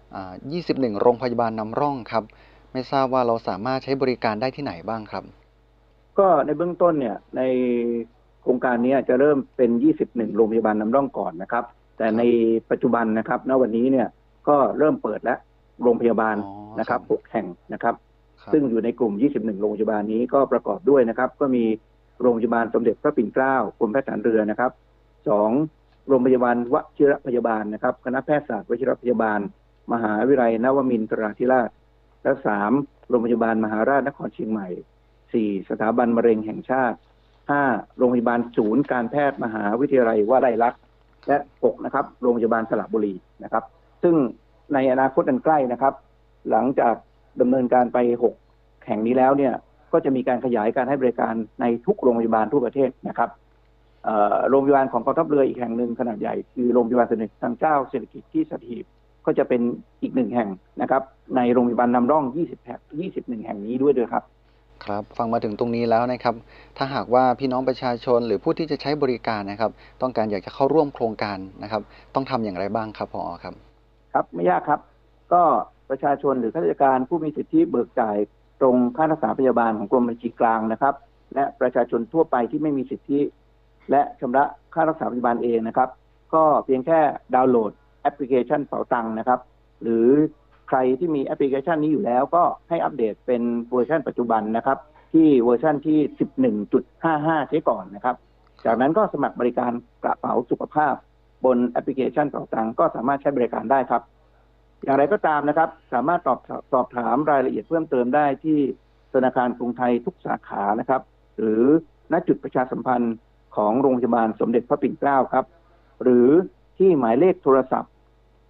21โรงพยาบาลนำร่องครับไม่ทราบว่าเราสามารถใช้บริการได้ที่ไหนบ้างครับก็ในเบื้องต้นเนี่ยในโครงการนี้จะเริ่มเป็น21โรงพยาบาลนำร่องก่อนนะครับแต่ในปัจจุบันนะครับณวันนี้เนี่ยก็เริ่มเปิดแล้วโรงพยาบาลนะครับ6แห่งนะครับซึ่งอยู่ในกลุ่ม21โรงพยาบาลนี้ก็ประกอบด้วยนะครับก็มีโรงพยาบาลสมเด็จพระปิ่นเกล้ากรมแพทย์ทหารเรือนะครับ2โรงพยาบาลวชิรพยาบาลนะครับคณะแพทยศาสตร์วชิรพยาบาลมหาวิทยาลัยนวมินทราธิราชและ3โรงพยาบาลมหาราชนครเชียงใหม่4สถาบันมะเร็งแห่งชาติ5โรงพยาบาลศูนย์การแพทย์มหาวิทยาลัยวลัยลักษณ์และ6นะครับโรงพยาบาลสระบุรีนะครับซึ่งในอนาคตอันใกล้นะครับหลังจากดำเนินการไป6แห่งนี้แล้วเนี่ยก็จะมีการขยายการให้บริการในทุกโรงพยาบาลทั่วประเทศนะครับโรงพยาบาลของกองทัพเรืออีกแห่งหนึ่งขนาดใหญ่คือโรงพยาบาลสมเด็จพระเจ้าสิริกิติ์ที่สัตหีบก็จะเป็นอีก1แห่งนะครับในโรงพยาบาลนำร่อง21แห่งนี้ด้วยครับครับฟังมาถึงตรงนี้แล้วนะครับถ้าหากว่าพี่น้องประชาชนหรือผู้ที่จะใช้บริการนะครับต้องการอยากจะเข้าร่วมโครงการนะครับต้องทำอย่างไรบ้างครับผอ.ครับครับไม่ยากครับก็ประชาชนหรือข้าราชการผู้มีสิทธิเบิกจ่ายตรงค่ารักษาพยาบาลของกรมบัญชีกลางนะครับและประชาชนทั่วไปที่ไม่มีสิทธิและชำระค่ารักษาพยาบาลเองนะครับก็เพียงแค่ดาวน์โหลดแอปพลิเคชันเป๋าตังค์นะครับหรือใครที่มีแอปพลิเคชันนี้อยู่แล้วก็ให้อัปเดตเป็นเวอร์ชันปัจจุบันนะครับที่เวอร์ชันที่ 11.55 ใช้ก่อนนะครับจากนั้นก็สมัครบริการกระเป๋าสุขภาพบนแอปพลิเคชันเป๋าตังค์ก็สามารถใช้บริการได้ครับอย่างไรก็ตามนะครับสามารถสอบถามรายละเอียดเพิ่มเติมได้ที่ธนาคารกรุงไทยทุกสาขานะครับหรือณจุดประชาสัมพันธ์ของโรงพยาบาลสมเด็จพระปิ่นเกล้าครับหรือที่หมายเลขโทรศัพท์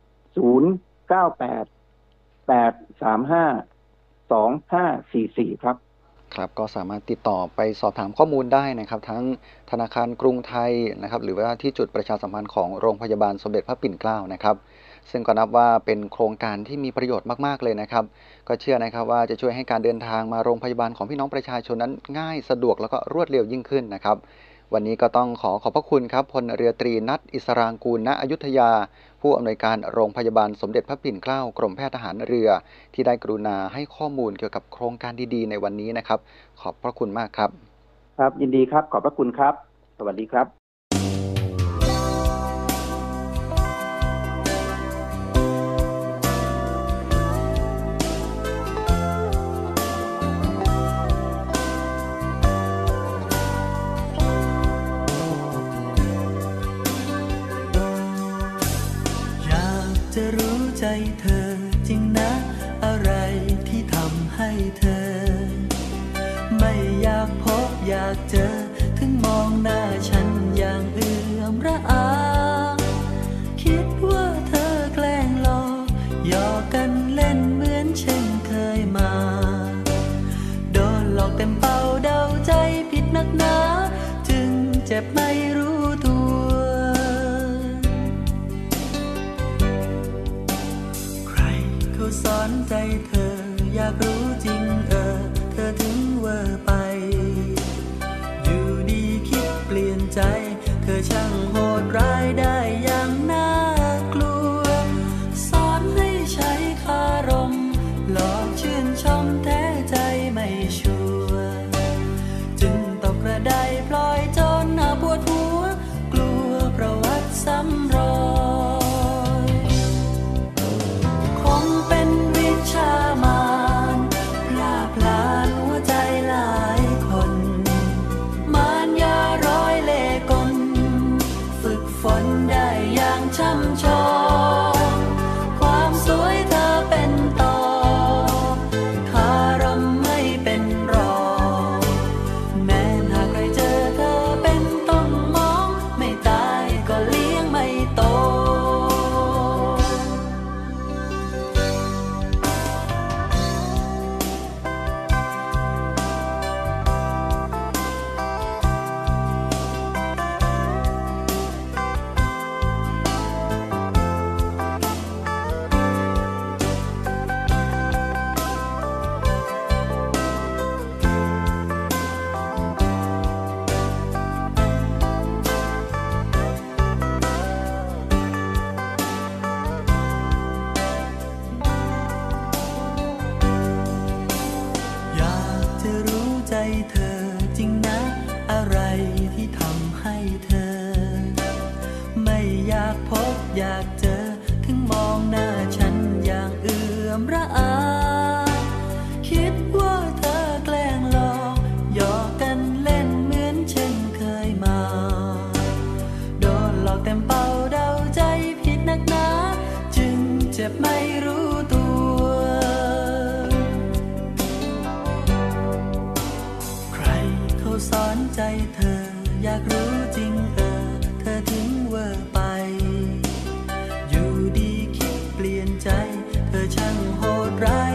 098-835-2544ครับครับก็สามารถติดต่อไปสอบถามข้อมูลได้นะครับทั้งธนาคารกรุงไทยนะครับหรือว่าที่จุดประชาสัมพันธ์ของโรงพยาบาลสมเด็จพระปิ่นเกล้านะครับซึ่งก็นับว่าเป็นโครงการที่มีประโยชน์มากๆเลยนะครับก็เชื่อนะครับว่าจะช่วยให้การเดินทางมาโรงพยาบาลของพี่น้องประชาชนนั้นง่ายสะดวกแล้วก็รวดเร็วยิ่งขึ้นนะครับวันนี้ก็ต้องขอบพระคุณครับพลเรือตรีณัฐ อิสรางกูล ณ อยุธยาผู้อำนวยการโรงพยาบาลสมเด็จพระปิ่นเกล้ากรมแพทย์ทหารเรือที่ได้กรุณาให้ข้อมูลเกี่ยวกับโครงการดีๆในวันนี้นะครับขอบพระคุณมากครับครับยินดีครับขอบพระคุณครับสวัสดีครับจะรู้ใจเธอจริงนะอะไรที่ทำให้เธอไม่อยากพบอยากเจอถึงมองหน้าฉันอย่างเอื้อมระอาคิดว่าเธอแกล้งหลอกหยอกกันเล่นเหมือนเช่นเคยมาโดนหลอกเต็มเป่าเดาใจผิดนักหนาจึงเจ็บไม่รู้ตัวสอนใจเธออยากรู้จริงเธอถึงเวอร์ไปอยู่ดีคิดเปลี่ยนใจเธอช่างโหดร้ายได้อย่างน่ากลัวสอนให้ใช้คารมหลอกชื่นชมแท้ใจไม่ชัวร์จึงตกกระไดพลอยจนปวดหัวกลัวประวัติซ้ำรอยคงเป็นชามานพลาดพลานหัวใจหลายคนมารยาร้อยเล่ห์กลฝึกฝนได้อย่างช่ำชองความสวยเธอเป็นต่อคารมไม่เป็นรองแม้หากใครเจอเธอเป็นต้องมองไม่ตายก็เลี้ยงไม่โตเธอจริงนะอะไรที่ทำให้เธอไม่อยากพบอยากเจอถึงมองหน้าฉันอย่างเอื้อมระอาคิดว่าเธอแกล้งหลอกหยอกกันเล่นเหมือนเช่นเคยมาโดนหลอกเต็มเป่าเดาใจผิดนักหนาจึงเจ็บไม่รู้ตัวสอนใจเธออยากรู้จริงเธอถึงเวอร์ไปอยู่ดีคิดเปลี่ยนใจเธอช่างโหดร้าย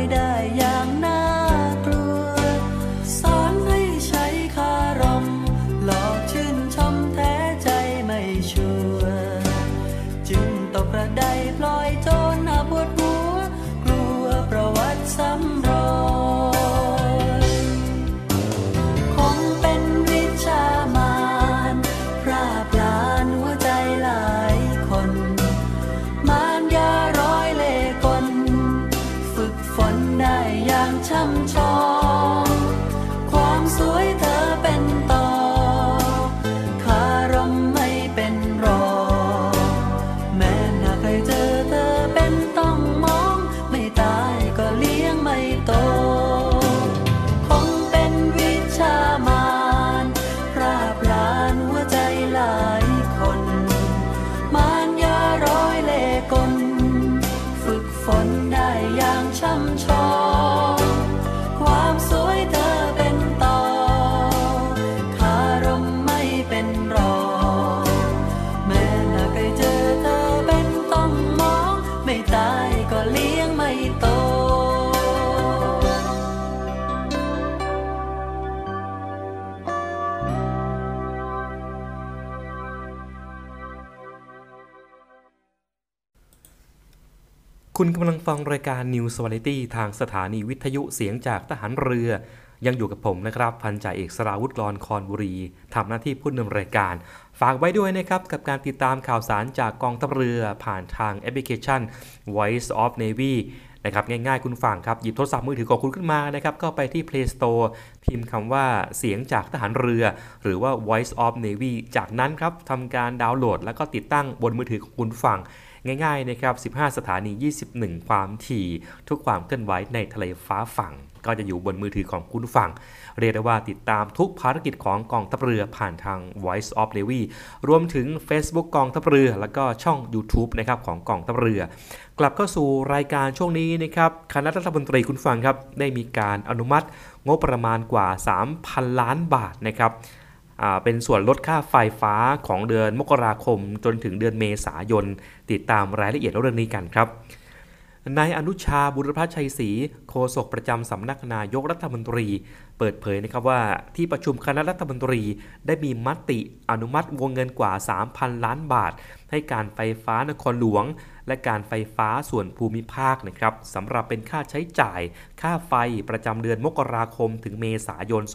คุณกำลังฟังรายการ News Variety ทางสถานีวิทยุเสียงจากทหารเรือยังอยู่กับผมนะครับพันจ่าเอกสราวุฒิ กรคอนบุรีทำหน้าที่ผู้ดำเนินรายการฝากไว้ด้วยนะครับกับการติดตามข่าวสารจากกองทัพเรือผ่านทางแอปพลิเคชัน Voice of Navy นะครับง่ายๆคุณฟังครับหยิบโทรศัพท์มือถือของคุณขึ้นมานะครับก็ไปที่ Play Store พิมพ์คำว่าเสียงจากทหารเรือหรือว่า Voice of Navy จากนั้นครับทำการดาวน์โหลดแล้วก็ติดตั้งบนมือถือของคุณฟังง่ายๆนะครับ15สถานี21ความถี่ทุกความเคลื่อนไหวในทะเลฟ้าฝั่งก็จะอยู่บนมือถือของคุณฟังเรียกได้ว่าติดตามทุกภารกิจของกองทัพเรือผ่านทาง Voice of Navy รวมถึง Facebook กองทัพเรือแล้วก็ช่อง YouTube นะครับของกองทัพเรือกลับเข้าสู่รายการช่วงนี้นะครับคณะรัฐมนตรีคุณฟังครับได้มีการอนุมัติงบประมาณกว่า 3,000 ล้านบาทนะครับเป็นส่วนลดค่าไฟฟ้าของเดือนมกราคมจนถึงเดือนเมษายนติดตามรายละเอียดเรื่องนี้กันครับนายอนุชาบุรพชัยศรีโฆษกประจำสำนักนายกรัฐมนตรีเปิดเผยนะครับว่าที่ประชุมคณะรัฐมนตรีได้มีมติอนุมัติวงเงินกว่า 3,000 ล้านบาทให้การไฟฟ้านครหลวงและการไฟฟ้าส่วนภูมิภาคนะครับสำหรับเป็นค่าใช้จ่ายค่าไฟประจำเดือนมกราคมถึงเมษายน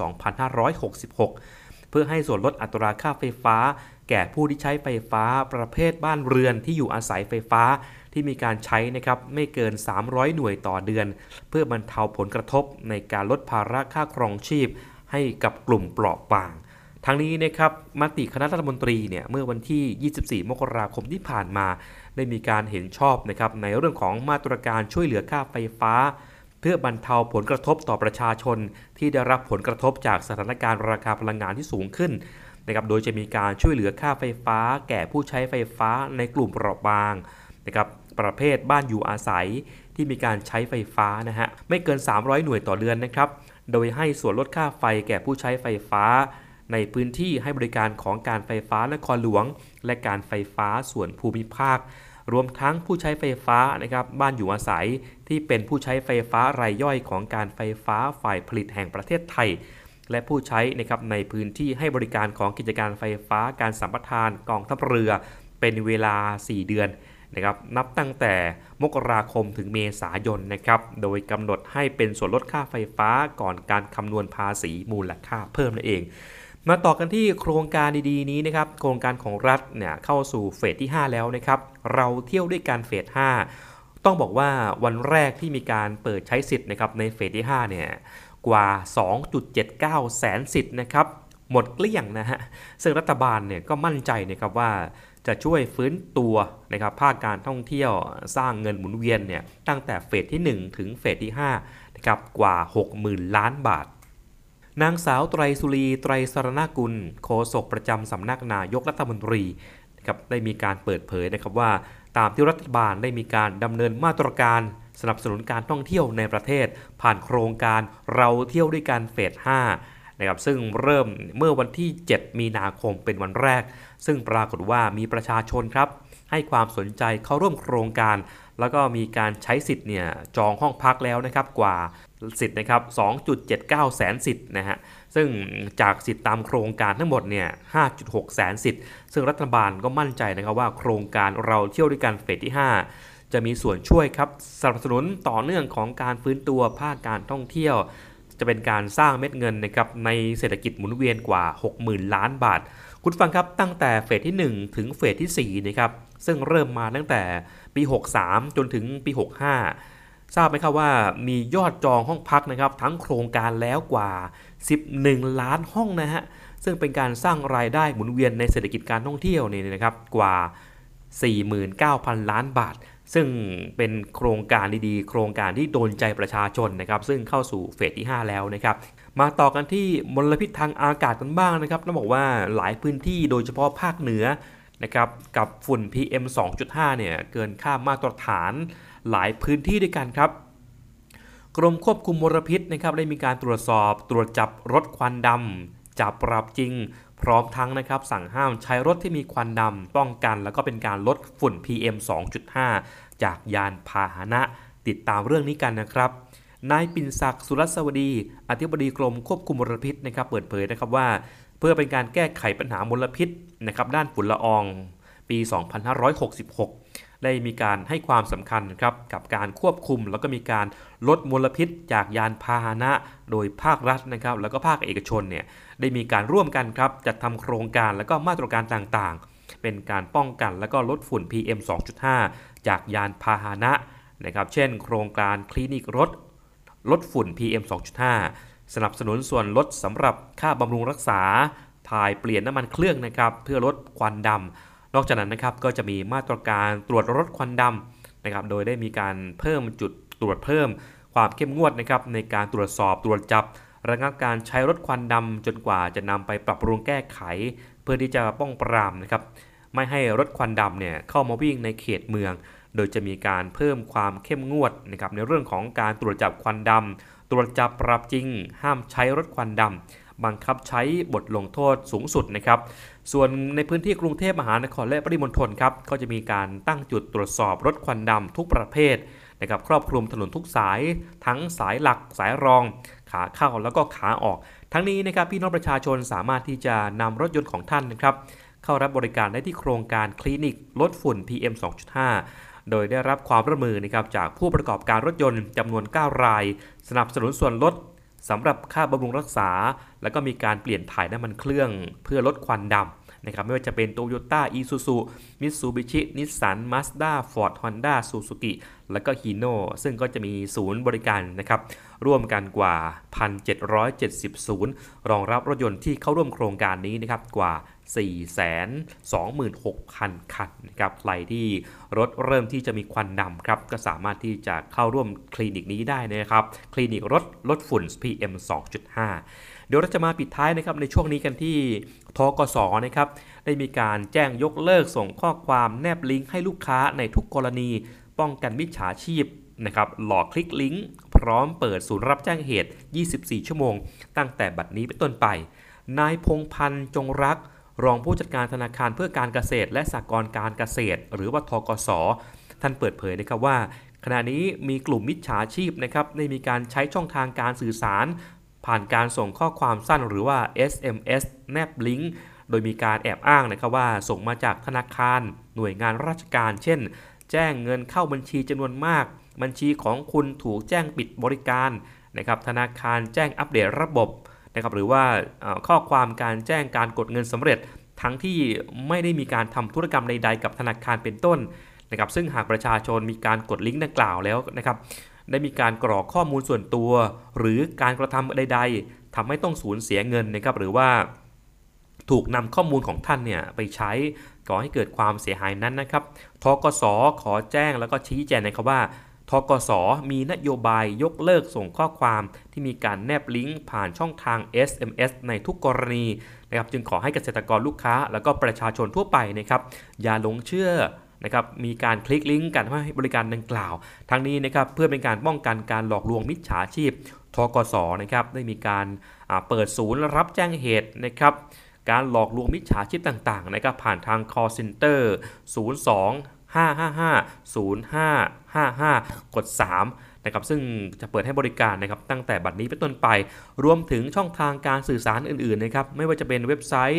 2566เพื่อให้ส่วนลดอัตราค่าไฟฟ้าแก่ผู้ที่ใช้ไฟฟ้าประเภทบ้านเรือนที่อยู่อาศัยไฟฟ้าที่มีการใช้นะครับไม่เกิน300หน่วยต่อเดือนเพื่อบรรเทาผลกระทบในการลดภาระค่าครองชีพให้กับกลุ่มเปราะบางทั้งนี้นะครับมติคณะรัฐมนตรีเนี่ยเมื่อวันที่24มกราคมที่ผ่านมาได้มีการเห็นชอบนะครับในเรื่องของมาตรการช่วยเหลือค่าไฟฟ้าเพื่อบรรเทาผลกระทบต่อประชาชนที่ได้รับผลกระทบจากสถานการณ์ราคาพลังงานที่สูงขึ้นนะครับโดยจะมีการช่วยเหลือค่าไฟฟ้าแก่ผู้ใช้ไฟฟ้าในกลุ่มเปราะบางนะครับประเภทบ้านอยู่อาศัยที่มีการใช้ไฟฟ้านะฮะไม่เกิน300หน่วยต่อเดือนนะครับโดยให้ส่วนลดค่าไฟแก่ผู้ใช้ไฟฟ้าในพื้นที่ให้บริการของการไฟฟ้านครหลวงและการไฟฟ้าส่วนภูมิภาครวมทั้งผู้ใช้ไฟฟ้านะครับบ้านอยู่อาศัยที่เป็นผู้ใช้ไฟฟ้ารายย่อยของการไฟฟ้าฝ่ายผลิตแห่งประเทศไทยและผู้ใช้นะครับในพื้นที่ให้บริการของกิจการไฟฟ้าการสัมปทานกองทัพเรือเป็นเวลา4เดือนนะครับนับตั้งแต่มกราคมถึงเมษายนนะครับโดยกำหนดให้เป็นส่วนลดค่าไฟฟ้าก่อนการคำนวณภาษีมูลค่าเพิ่มนั่นเองมาต่อกันที่โครงการดีๆนี้นะครับโครงการของรัฐเนี่ยเข้าสู่เฟสที่5แล้วนะครับเราเที่ยวด้วยกันเฟส5ต้องบอกว่าวันแรกที่มีการเปิดใช้สิทธิ์นะครับในเฟสที่5เนี่ยกว่า 2.79 แสนสิทธิ์นะครับหมดเกลี้ยงนะฮะซึ่งรัฐบาลเนี่ยก็มั่นใจนะครับว่าจะช่วยฟื้นตัวนะครับภาคการท่องเที่ยวสร้างเงินหมุนเวียนเนี่ยตั้งแต่เฟสที่1ถึงเฟสที่5นะครับกว่า 60,000 ล้านบาทนางสาวไตรสุรีไตรสรณกุลโฆษกประจำสำนักนายกรัฐมนตรีนะครับได้มีการเปิดเผยนะครับว่าตามที่รัฐบาลได้มีการดำเนินมาตรการสนับสนุนการท่องเที่ยวในประเทศผ่านโครงการเราเที่ยวด้วยกันเฟส5นะครับซึ่งเริ่มเมื่อวันที่7มีนาคมเป็นวันแรกซึ่งปรากฏว่ามีประชาชนครับให้ความสนใจเข้าร่วมโครงการแล้วก็มีการใช้สิทธิ์เนี่ยจองห้องพักแล้วนะครับกว่าสิทธิ์นะครับ 2.79 แสนสิทธิ์นะฮะซึ่งจากสิทธิ์ตามโครงการทั้งหมดเนี่ย 5.6 แสนสิทธิ์ซึ่งรัฐบาลก็มั่นใจนะครับว่าโครงการเราเที่ยวด้วยกันเฟสที่5จะมีส่วนช่วยครับสนับสนุนต่อเนื่องของการฟื้นตัวภาคการท่องเที่ยวจะเป็นการสร้างเม็ดเงินนะครับในเศรษฐกิจหมุนเวียนกว่า 60,000 ล้านบาทคุณฟังครับตั้งแต่เฟสที่1ถึงเฟสที่4นะครับซึ่งเริ่มมาตั้งแต่ปี63จนถึงปี65ทราบไหมครับว่ามียอดจองห้องพักนะครับทั้งโครงการแล้วกว่า11ล้านห้องนะฮะซึ่งเป็นการสร้างรายได้หมุนเวียนในเศรษฐกิจการท่องเที่ยวนี่นะครับกว่า 49,000 ล้านบาทซึ่งเป็นโครงการดีๆโครงการที่โดนใจประชาชนนะครับซึ่งเข้าสู่เฟสที่5แล้วนะครับมาต่อกันที่มลพิษทางอากาศกันบ้างนะครับต้องบอกว่าหลายพื้นที่โดยเฉพาะภาคเหนือนะครับกับฝุ่น PM 2.5 เนี่ยเกินค่ามาตรฐานหลายพื้นที่ด้วยกันครับกรมควบคุมมลพิษนะครับได้มีการตรวจสอบตรวจจับรถควันดำจับปรับจริงพร้อมทั้งนะครับสั่งห้ามใช้รถที่มีควันดำป้องกันแล้วก็เป็นการลดฝุ่น PM 2.5 จากยานพาหนะติดตามเรื่องนี้กันนะครับนายปิ่นศักดิ์สุรสวดีอธิบดีกรมควบคุมมลพิษนะครับเปิดเผยนะครับว่าเพื่อเป็นการแก้ไขปัญหามลพิษนะครับด้านฝุ่นละอองปี 2566 ได้มีการให้ความสำคัญครับกับการควบคุมแล้วก็มีการลดมลพิษจากยานพาหนะโดยภาครัฐนะครับแล้วก็ภาคเอกชนเนี่ยได้มีการร่วมกันครับจัดทำโครงการแล้วก็มาตรการต่างๆเป็นการป้องกันแล้วก็ลดฝุ่น PM 2.5 จากยานพาหนะนะครับเช่นโครงการคลินิกรถลดฝุ่น PM 2.5 สนับสนุนส่วนลดสำหรับค่าบำรุงรักษาถ่ายเปลี่ยนน้ำมันเครื่องนะครับเพื่อลดควันดำนอกจากนั้นนะครับก็จะมีมาตรการตรวจลดควันดำนะครับโดยได้มีการเพิ่มจุดตรวจเพิ่มความเข้มงวดนะครับในการตรวจสอบตรวจจับระงับการใช้รถควันดำจนกว่าจะนำไปปรับปรุงแก้ไขเพื่อที่จะป้องปรามนะครับไม่ให้รถควันดำเนี่ยเข้ามาวิ่งในเขตเมืองโดยจะมีการเพิ่มความเข้มงวดนะครับในเรื่องของการตรวจจับควันดำตรวจจับปรับจริงห้ามใช้รถควันดำบังคับใช้บทลงโทษสูงสุดนะครับส่วนในพื้นที่กรุงเทพมหานครและปริมณฑลครับก็จะมีการตั้งจุดตรวจสอบรถควันดำทุกประเภทนะครับครอบคลุมถนนทุกสายทั้งสายหลักสายรองขาเข้าแล้วก็ขาออกทั้งนี้นะครับพี่น้องประชาชนสามารถที่จะนำรถยนต์ของท่านนะครับเข้ารับบริการได้ที่โครงการคลินิกลดฝุ่น PM 2.5 โดยได้รับความร่วมมือนะครับจากผู้ประกอบการรถยนต์จำนวน9รายสนับสนุนส่วนลดสำหรับค่าบำรุงรักษาแล้วก็มีการเปลี่ยนถ่ายน้ำมันเครื่องเพื่อลดควันดำนะครับไม่ว่าจะเป็น Toyota Isuzu Mitsubishi Nissan Mazda Ford Honda Suzuki แล้วก็ Hino ซึ่งก็จะมีศูนย์บริการนะครับร่วมกันกว่า 1,770 ศูนย์รองรับรถยนต์ที่เข้าร่วมโครงการนี้นะครับกว่า 426,000 คันนะครับใครที่รถเริ่มที่จะมีควันดำครับก็สามารถที่จะเข้าร่วมคลินิกนี้ได้นะครับคลินิกรถลดฝุ่น PM 2.5 เดี๋ยวเราจะมาปิดท้ายนะครับในช่วงนี้กันที่ธกส.นะครับได้มีการแจ้งยกเลิกส่งข้อความแนบลิงก์ให้ลูกค้าในทุกกรณีป้องกันมิจฉาชีพนะครับหลอกคลิกลิงก์พร้อมเปิดศูนย์รับแจ้งเหตุ24ชั่วโมงตั้งแต่บัดนี้เป็นต้นไปนายพงษ์พันธ์จงรักรองผู้จัดการธนาคารเพื่อการเกษตรและสหกรณ์การเกษตรหรือว่าธกส.ท่านเปิดเผยนะครับว่าขณะนี้มีกลุ่มมิจฉาชีพนะครับได้มีการใช้ช่องทางการสื่อสารผ่านการส่งข้อความสั้นหรือว่า SMS แนบลิงก์โดยมีการแอบอ้างนะครับว่าส่งมาจากธนาคารหน่วยงานราชการเช่นแจ้งเงินเข้าบัญชีจำนวนมากบัญชีของคุณถูกแจ้งปิดบริการนะครับธนาคารแจ้งอัปเดตระบบนะครับหรือว่าข้อความการแจ้งการกดเงินสำเร็จทั้งที่ไม่ได้มีการทำธุรกรรมใดๆกับธนาคารเป็นต้นนะครับซึ่งหากประชาชนมีการกดลิงก์ดังกล่าวแล้วนะครับได้มีการกรอกข้อมูลส่วนตัวหรือการกระทำใดๆทำให้ต้องสูญเสียเงินนะครับหรือว่าถูกนำข้อมูลของท่านเนี่ยไปใช้ก่อให้เกิดความเสียหายนั้นนะครับธกส.ขอแจ้งแล้วก็ชี้แจงนะครับว่าธกส.มีนโยบายยกเลิกส่งข้อความที่มีการแนบลิงก์ผ่านช่องทาง SMS ในทุกกรณีนะครับจึงขอให้เกษตรกรลูกค้าแล้วก็ประชาชนทั่วไปนะครับอย่าหลงเชื่อนะครับมีการคลิกลิงก์การให้บริการดังกล่าวทั้งนี้นะครับเพื่อเป็นการป้องกันการหลอกลวงมิจฉาชีพธกส.นะครับได้มีการเปิดศูนย์รับแจ้งเหตุนะครับการหลอกลวงมิจฉาชีพต่างๆนะครับผ่านทาง call center 02-555-0555 กด 3 นะครับซึ่งจะเปิดให้บริการนะครับตั้งแต่บัดนี้เป็นต้นไปรวมถึงช่องทางการสื่อสารอื่นๆนะครับไม่ว่าจะเป็นเว็บไซต์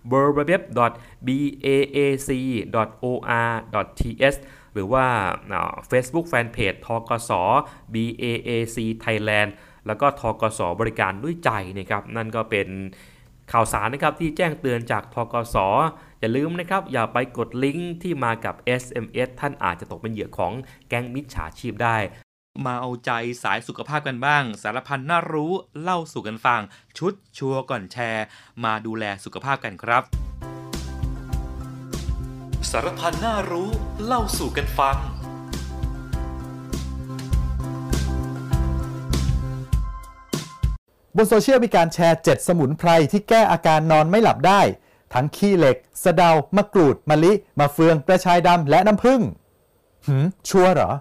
www.baac.or.th หรือว่า Facebook Fanpage ธกส. BAAC Thailand แล้วก็ธกส.บริการด้วยใจนะครับนั่นก็เป็นข่าวสารนะครับที่แจ้งเตือนจากธกส.อย่าลืมนะครับอย่าไปกดลิงก์ที่มากับ SMS ท่านอาจจะตกเป็นเหยื่อของแก๊งมิจฉาชีพได้มาเอาใจสายสุขภาพกันบ้างสารพันน่ารู้เล่าสู่กันฟังชุดชัวร์ก่อนแชร์มาดูแลสุขภาพกันครับสารพันน่ารู้เล่าสู่กันฟังบนโซเชียลมีการแชร์7สมุนไพรที่แก้อาการนอนไม่หลับได้ทั้งขี้เหล็กสะเดามะกรูดมะลิมะเฟืองกระชายดำและน้ำผึ้งชัวร์เหรอ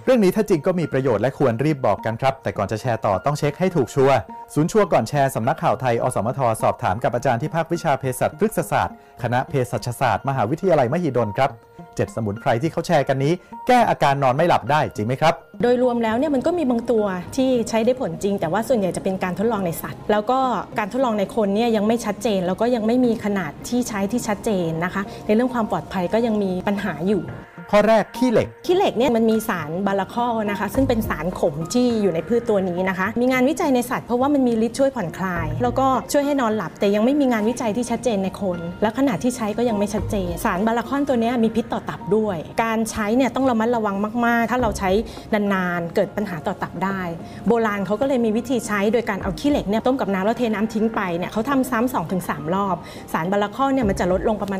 เรื่องนี้ถ้าจริงก็มีประโยชน์และควรรีบบอกกันครับแต่ก่อนจะแชร์ต่อต้องเช็คให้ถูกชัวร์ศูนย์ชัวร์ก่อนแชร์สำนักข่าวไทยอสมทสอบถามกับอาจารย์ที่ภาควิชาเภสัชพฤกษศาสตร์คณะเภสัชศาสตร์มหาวิทยาลัยมหิดลครับ7สมุนไพรที่เขาแชร์กันนี้แก้อาการนอนไม่หลับได้จริงไหมครับโดยรวมแล้วเนี่ยมันก็มีบางตัวที่ใช้ได้ผลจริงแต่ว่าส่วนใหญ่จะเป็นการทดลองในสัตว์แล้วก็การทดลองในคนเนี่ยยังไม่ชัดเจนแล้วก็ยังไม่มีขนาดที่ใช้ที่ชัดเจนนะคะในเรื่องความปลอดภัยก็ยังมีปัญหาอยู่ข้อแรกขี้เหล็กเนี่ยมันมีสารบาลาคอลนะคะซึ่งเป็นสารขมที่อยู่ในพืชตัวนี้นะคะมีงานวิจัยในสัตว์เพราะว่ามันมีฤทธิ์ช่วยผ่อนคลายแล้วก็ช่วยให้นอนหลับแต่ยังไม่มีงานวิจัยที่ชัดเจนในคนและขนาดที่ใช้ก็ยังไม่ชัดเจนสารบาลาคอลตัวนี้มีพิษต่อตับด้วยการใช้เนี่ยต้องระมัดระวังมากๆถ้าเราใช้นานๆเกิดปัญหาต่อตับได้โบราณเขาก็เลยมีวิธีใช้โดยการเอาขี้เหล็กเนี่ยต้มกับน้ำแล้วเทน้ำทิ้งไปเนี่ยเขาทำซ้ำ 2-3 รอบสารบาลาคอลเนี่ยมันจะลดลงประมาณ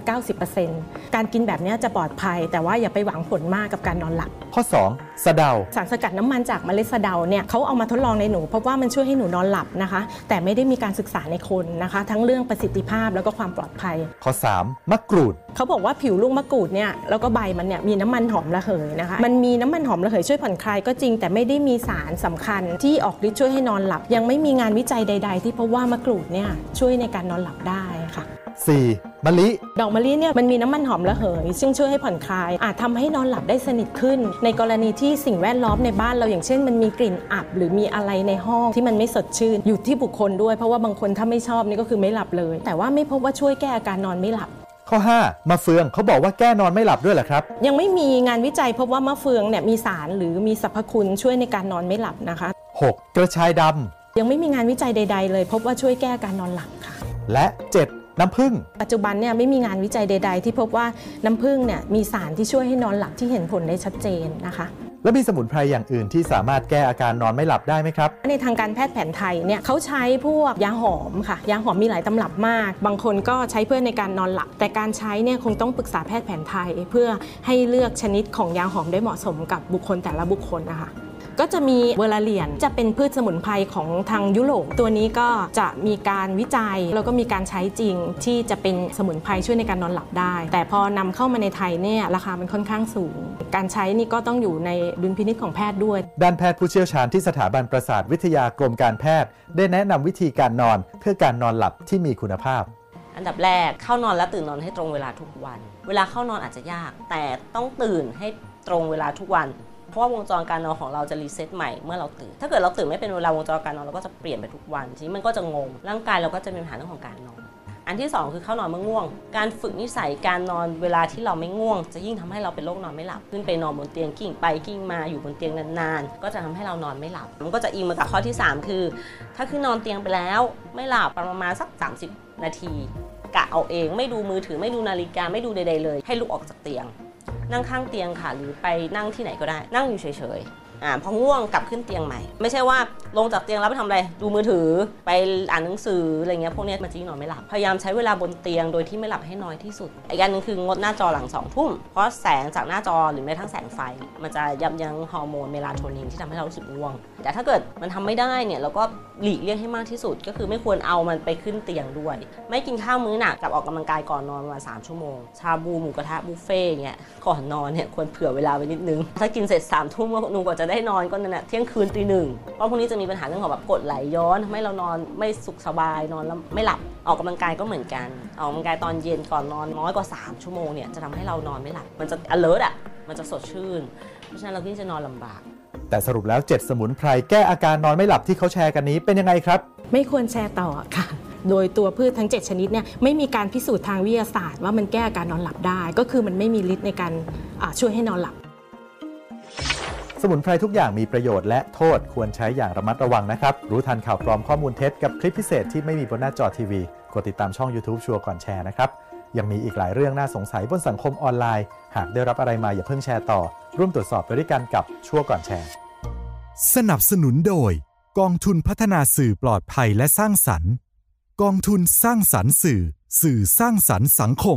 90% การกินแบบนี้จะปลอดภัยแต่ว่าอย่าไปหวังผลมากกับการนอนหลับข้อ2สะเดาสารสกัดน้ำมันจากเมล็ดสะเดาเนี่ยเขาเอามาทดลองในหนูเพราะว่ามันช่วยให้หนูนอนหลับนะคะแต่ไม่ได้มีการศึกษาในคนนะคะทั้งเรื่องประสิทธิภาพแล้วก็ความปลอดภัยข้อ3มะกรูดเขาบอกว่าผิวลูกมะกรูดเนี่ยแล้วก็ใบมันเนี่ยมีน้ำมันหอมระเหยนะคะมันมีน้ำมันหอมระเหยช่วยผ่อนคลายก็จริงแต่ไม่ได้มีสารสำคัญที่ออกฤทธิ์ช่วยให้นอนหลับยังไม่มีงานวิจัยใดๆที่พบว่ามะกรูดเนี่ยช่วยในการนอนหลับได้ค่ะ 4มะลิดอกมะลิเนี่ยมันมีน้ำมันหอมระเหยซึ่งช่วยให้ผ่อนคลายอาจทำให้นอนหลับได้สนิทขึ้นในกรณีที่สิ่งแวดล้อมในบ้านเราอย่างเช่นมันมีกลิ่นอับหรือมีอะไรในห้องที่มันไม่สดชื่นอยู่ที่บุคคลด้วยเพราะว่าบางคนถ้าไม่ชอบนี่ก็คือไม่หลับเลยแต่ว่าไม่พบว่าช่วยแก้อาการนอนไม่หลับข้อ5มะเฟืองเขาบอกว่าแก้นอนไม่หลับด้วยเหรอครับยังไม่มีงานวิจัยพบว่ามะเฟืองเนี่ยมีสารหรือมีสรรพคุณช่วยในการนอนไม่หลับนะคะ 6กระชายดำยังไม่มีงานวิจัยใดๆเลยพบว่าช่วยแก้อาการนอนหลับค่ะและ7น้ำผึ้งปัจจุบันเนี่ยไม่มีงานวิจัยใดๆที่พบว่าน้ำผึ้งเนี่ยมีสารที่ช่วยให้นอนหลับที่เห็นผลได้ชัดเจนนะคะแล้วมีสมุนไพรอย่างอื่นที่สามารถแก้อาการนอนไม่หลับได้ไหมครับในทางการแพทย์แผนไทยเนี่ยเขาใช้พวกยาหอมค่ะยาหอมมีหลายตำรับมากบางคนก็ใช้เพื่อในการนอนหลับแต่การใช้เนี่ยคงต้องปรึกษาแพทย์แผนไทยเพื่อให้เลือกชนิดของยาหอมได้เหมาะสมกับบุคคลแต่ละบุคคลนะคะก็จะมีเวลาเลียนจะเป็นพืชสมุนไพรของทางยุโรปตัวนี้ก็จะมีการวิจัยแล้วก็มีการใช้จริงที่จะเป็นสมุนไพรช่วยในการนอนหลับได้แต่พอนำเข้ามาในไทยเนี่ยราคามันค่อนข้างสูงการใช้นี่ก็ต้องอยู่ในดุลพินิจของแพทย์ด้วยด้านแพทย์ผู้เชี่ยวชาญที่สถาบันประสาทวิทยากรมการแพทย์ได้แนะนำวิธีการนอนเพื่อการนอนหลับที่มีคุณภาพอันดับแรกเข้านอนและตื่นนอนให้ตรงเวลาทุกวันเวลาเข้านอนอาจจะยากแต่ต้องตื่นให้ตรงเวลาทุกวันเพราะว่าวงจรการนอนของเราจะรีเซ็ตใหม่เมื่อเราตื่นถ้าเกิดเราตื่นไม่เป็นเวลาวงจรการนอนเราก็จะเปลี่ยนไปทุกวันทีนี้มันก็จะงงร่างกายเราก็จะมีปัญหาเรื่องของการนอนอันที่2คือเข้านอนเมื่อง่วงการฝึกนิสัยการนอนเวลาที่เราไม่ง่วงจะยิ่งทำให้เราเป็นโรคนอนไม่หลับขึ้นไปนอนบนเตียงกิ้งไปกิ้งมาอยู่บนเตียงนานๆก็จะทำให้เรานอนไม่หลับมันก็จะอิงมากับข้อที่3คือถ้าขึ้นนอนเตียงไปแล้วไม่หลับประมาณสัก30นาทีกะเอาเองไม่ดูมือถือไม่ดูนาฬิกาไม่ดูใดๆเลยให้ลุกออกจากเตียงนั่งข้างเตียงค่ะหรือไปนั่งที่ไหนก็ได้นั่งอยู่เฉยๆพอง่วงกลับขึ้นเตียงใหม่ไม่ใช่ว่าลงจากเตียงแล้วไปทำอะไรดูมือถือไปอ่านหนังสืออะไรเงี้ยพวกนี้มันจะยิ่งนอนไม่หลับพยายามใช้เวลาบนเตียงโดยที่ไม่หลับให้น้อยที่สุดอีกอย่างนึงคืองดหน้าจอหลัง2 ทุ่มเพราะแสงจากหน้าจอหรือแม้ทั้งแสงไฟมันจะยับยั้งฮอร์โมนเมลาโทนินที่ทำให้เรารู้สึกง่วงแต่ถ้าเกิดมันทำไม่ได้เนี่ยเราก็หลีกเลี่ยงให้มากที่สุดก็คือไม่ควรเอามันไปขึ้นเตียงด้วยไม่กินข้าวมื้อหนักกับออกกำลังกายก่อนนอนประมาณ3 ชั่วโมงชาบูหมูกระทะบุฟเฟ่ต์เงี้ยก่อนนอนเนี่ยควรเผื่อเวลาไว้นิดนึงถ้ากินเสร็จ3 ทุ่มหนูกว่าจะได้นอนก็นั่นแหละเที่ยงคืนตี 1เพราะพวกนี้จะมีปัญหาเรื่องของแบบกรดไหลย้อนทำให้เรานอนไม่สุขสบายนอนแล้วไม่หลับออกกำลังกายก็เหมือนกันออกกำลังกายตอนเย็นก่อนนอนน้อยกว่า3 ชั่วโมงเนี่ยจะทำให้เรานอนไม่หลับมันจะ alert มันจะสดชื่นเพราะฉะนั้นเราที่จะนอนลำบากแต่สรุปแล้ว7สมุนไพรแก้อาการนอนไม่หลับที่เขาแชร์กันนี้เป็นยังไงครับไม่ควรแชร์ต่อค่ะโดยตัวพืชทั้ง7ชนิดเนี่ยไม่มีการพิสูจน์ทางวิทยาศาสตร์ว่ามันแก้อาการนอนหลับได้ก็คือมันไม่มีฤทธิ์ในการช่วยให้นอนหลับสมุนไพรทุกอย่างมีประโยชน์และโทษควรใช้อย่างระมัดระวังนะครับรู้ทันข่าวปลอมข้อมูลเท็จกับคลิปพิเศษที่ไม่มีบนหน้าจอทีวีกดติดตามช่อง YouTube ชัวร์ก่อนแชร์นะครับยังมีอีกหลายเรื่องน่าสงสัยบนสังคมออนไลน์หากได้รับอะไรมาอย่าเพิ่งแชร์ต่อร่วมตรวจสอบไปด้วยกันกับชัวร์ก่อนแชร์สนับสนุนโดยกองทุนพัฒนาสื่อปลอดภัยและสร้างสรรค์กองทุนสร้างสรรค์สื่อสร้างสรรค์สังคม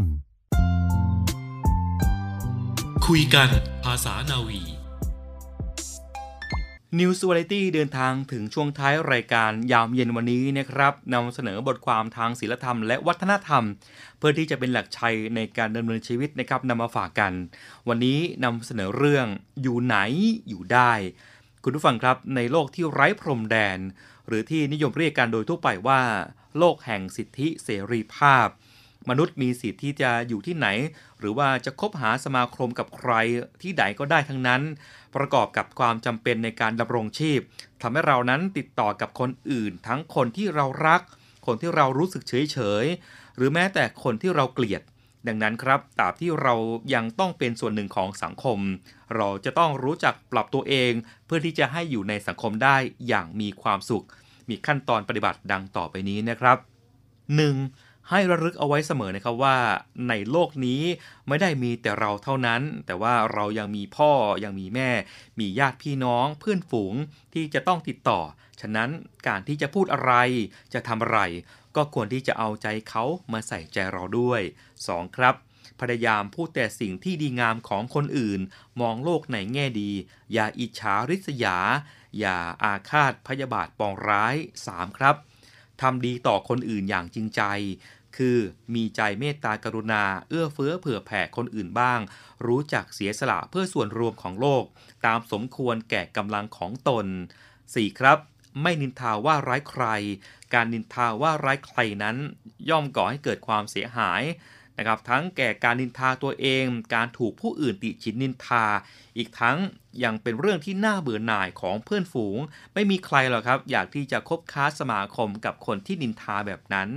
คุยกันภาษานาวี News Variety เดินทางถึงช่วงท้ายรายการยามเย็นวันนี้นะครับนำเสนอบทความทางศีลธรรมและวัฒนธรรมเพื่อที่จะเป็นหลักชัยในการดำเนินชีวิตนะครับนำมาฝากกันวันนี้นำเสนอเรื่องอยู่ไหนอยู่ได้คุณผู้ฟังครับในโลกที่ไร้พรมแดนหรือที่นิยมเรียกกันโดยทั่วไปว่าโลกแห่งสิทธิเสรีภาพมนุษย์มีสิทธิ์ที่จะอยู่ที่ไหนหรือว่าจะคบหาสมาคมกับใครที่ใดก็ได้ทั้งนั้นประกอบกับความจำเป็นในการดำรงชีพทำให้เรานั้นติดต่อกับคนอื่นทั้งคนที่เรารักคนที่เรารู้สึกเฉยๆหรือแม้แต่คนที่เราเกลียดดังนั้นครับตราบที่เรายังต้องเป็นส่วนหนึ่งของสังคมเราจะต้องรู้จักปรับตัวเองเพื่อที่จะให้อยู่ในสังคมได้อย่างมีความสุขมีขั้นตอนปฏิบัติดังต่อไปนี้นะครับ 1. ให้ระลึกเอาไว้เสมอนะครับว่าในโลกนี้ไม่ได้มีแต่เราเท่านั้นแต่ว่าเรายังมีพ่อยังมีแม่มีญาติพี่น้องเพื่อนฝูงที่จะต้องติดต่อฉะนั้นการที่จะพูดอะไรจะทำอะไรก็ควรที่จะเอาใจเขามาใส่ใจเราด้วย 2. ครับพยายามพูดแต่สิ่งที่ดีงามของคนอื่นมองโลกในแง่ดีอย่าอิจฉาริษยาอย่าอาฆาตพยาบาทปองร้าย 3. ครับทำดีต่อคนอื่นอย่างจริงใจคือมีใจเมตตากรุณาเอื้อเฟื้อเผื่อแผ่คนอื่นบ้างรู้จักเสียสละเพื่อส่วนรวมของโลกตามสมควรแก่กำลังของตน 4. ครับไม่นินทาว่าร้ายใครการนินทาว่าร้ายใครนั้นย่อมก่อให้เกิดความเสียหายนะครับทั้งแก่การนินทาตัวเองการถูกผู้อื่นติฉินนินทาอีกทั้งยังเป็นเรื่องที่น่าเบื่อหน่ายของเพื่อนฝูงไม่มีใครหรอกครับอยากที่จะคบค้าสมาคมกับคนที่นินทาแบบนั้น